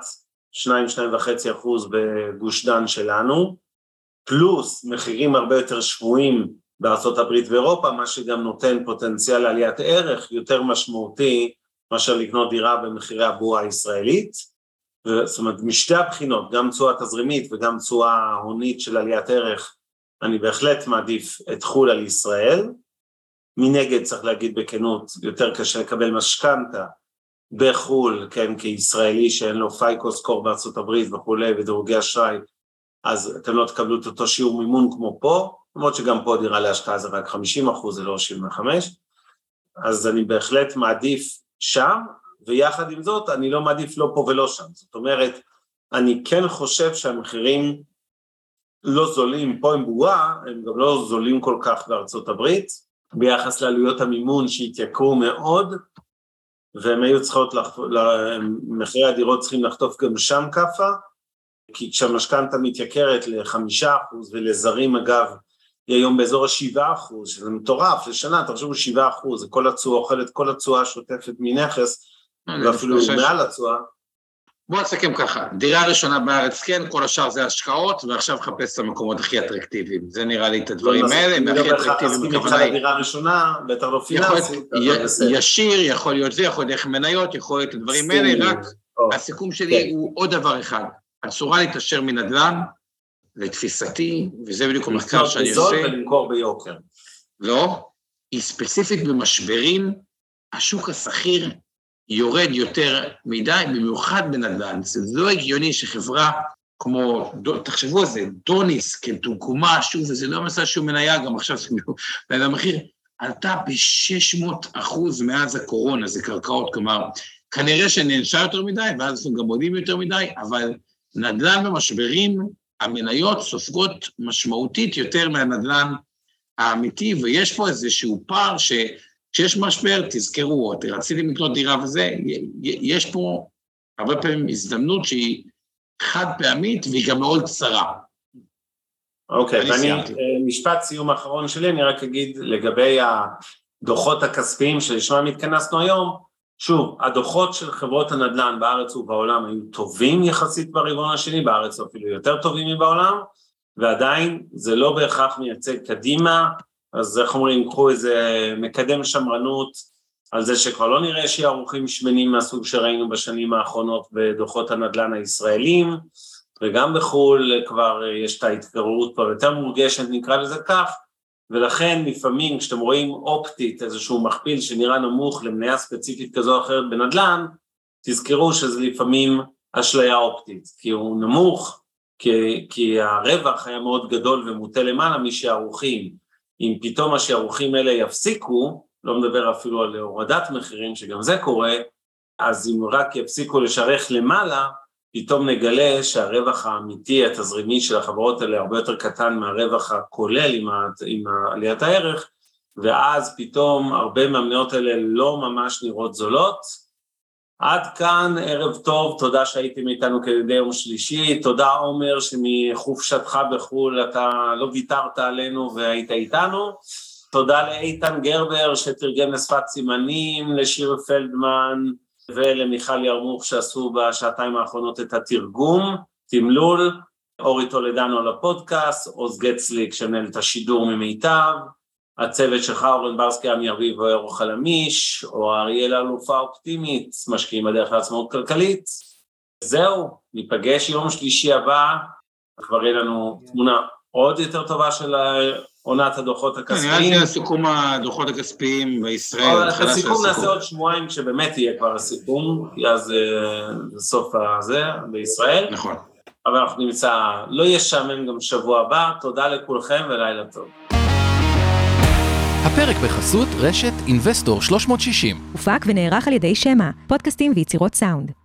2.5% בגוש דן שלנו, פלוס מחירים הרבה יותר שבויים בארצות הברית ואירופה, מה שגם נותן פוטנציאל לעליית ערך יותר משמעותי, מאשר לקנות דירה במחירי הבועה הישראלית, זאת אומרת, משתי הבחינות, גם תשואה תזרימית וגם תשואה הונית של עליית ערך, אני בהחלט מעדיף את חול על ישראל, מנגד צריך להגיד בכנות, יותר קשה לקבל משכנתה, בחול, כן, כישראלי שאין לו פייקו סקור בארצות הברית וכולי, ודרוגי אשראי, אז אתם לא תקבלו את אותו שיעור מימון כמו פה, למרות שגם פה דירה להשקעה זה רק 50%, זה לא 75%, אז אני בהחלט מעדיף שם, ויחד עם זאת אני לא מעדיף לא פה ולא שם, זאת אומרת, אני כן חושב שהמחירים לא זולים, פה הם בועה, הם גם לא זולים כל כך בארצות הברית, ביחס לעלויות המימון שהתייקרו מאוד, והם היו צריכות, מחירי הדירות צריכים לחטוף גם שם כפה, כי כשהמשכנתה מתייקרת ל5% ולזרים אגב, היא היום באזור ה7%, שזה מטורף, לשנה תחשבו 7%, זה כל הצועה, אוכלת כל הצועה שוטפת מנכס, ואפילו מעל הצועה. בואו נסכם ככה, דירה ראשונה בארץ כן, כל השאר זה השקעות, ועכשיו חפש את המקומות הכי אטרקטיביים, זה נראה לי את הדברים האלה, והכי אטרקטיביים בכוונה היא. דירה ראשונה, בטח לא פיננסית. ישיר, יכול להיות זה, יכול להיות איך מניות, יכול להיות את הדברים האלה, רק הסיכום שלי הוא עוד דבר אחד, אסורה להתעשר מנדל"ן, לתפיסתי, וזה בדיוק המחקר שאני עושה. בזול ולמכור ביוקר. לא, היא ספציפית במשברים, השוק הסחיר, יורד יותר מדי, במיוחד בנדל"ן, זה לא הגיוני שחברה כמו, תחשבו על זה, דוניס, כדוגמה, שוב, וזה לא מסע שהוא מניה, גם עכשיו, המחיר עלתה ב-600% מאז הקורונה, זה קרקעות, כלומר, כנראה שננשה יותר מדי, ואז הם גם עולים יותר מדי, אבל נדל"ן במשברים, המניות סופגות משמעותית יותר מהנדל"ן האמיתי, ויש פה איזשהו פער כשיש משבר, תזכרו, רציתם לקנות דירה וזה, יש פה הרבה פעמים הזדמנות שהיא חד פעמית והיא גם מאוד צרה. אוקיי, ואני, משפט סיום האחרון שלי, אני רק אגיד לגבי הדוחות הכספיים שלשמם התכנסנו היום, שוב, הדוחות של חברות הנדל"ן בארץ ובעולם היו טובים יחסית ברבעון השני, בארץ אפילו יותר טובים מבעולם, ועדיין זה לא בהכרח מייצג קדימה, אז איך אומרים, קחו איזה מקדם שמרנות על זה שכבר לא נראה שיערוכים שמנים מהסוג שראינו בשנים האחרונות בדוחות הנדל"ן הישראלים, וגם בחול כבר יש את ההתקררות כבר יותר מורגשת, נקרא לזה כך, ולכן לפעמים כשאתם רואים אופטית, איזשהו מכפיל שנראה נמוך למניה ספציפית כזו או אחרת בנדל"ן, תזכרו שזה לפעמים אשליה אופטית, כי הוא נמוך, כי הרווח היה מאוד גדול ומוטה למעלה משערוכים. אם פתאום השערוכים האלה יפסיקו, לא מדבר אפילו על הורדת מחירים, שגם זה קורה, אז אם רק יפסיקו לשערך למעלה, פתאום נגלה שהרווח האמיתי, התזרימי של החברות האלה הרבה יותר קטן מהרווח הכולל עם עליית הערך, ואז פתאום הרבה מהמניות האלה לא ממש נראות זולות. עד כאן, ערב טוב, תודה שהייתם איתנו כדי יום שלישי, תודה עומר שמחופשתך בחול אתה לא ויתרת עלינו והיית איתנו, תודה לאיתן גרבר שתרגם לשפת סימנים, לשיר פלדמן ולמיכל ירמוך שעשו בשעתיים האחרונות את התרגום, תמלול, אורי תולדנו על הפודקאסט, עוז גצליק שמנהל את השידור ממיטב, הצוות שלך אורן ברסקי, עמי ארביב ואור חלמיש, או אריאל אלופה אופטימית, משקיעים בדרך לעצמאות כלכלית. זהו, ניפגש יום שלישי הבא, כבר יהיה לנו תמונה עוד יותר טובה של עונת הדוחות הכספיים. נראה לי סיכום הדוחות הכספיים בישראל. הסיכום נעשה עוד שבועיים, שבאמת יהיה כבר הסיכום, כי אז זה סוף הזה בישראל. נכון. אבל אנחנו נמצא, לא ישעמם גם שבוע הבא, תודה לכולכם ולילה טוב. הפרק בחסות רשת אינבסטור 360. הופק ונערך על ידי שמה, פודקאסטים ויצירות סאונד.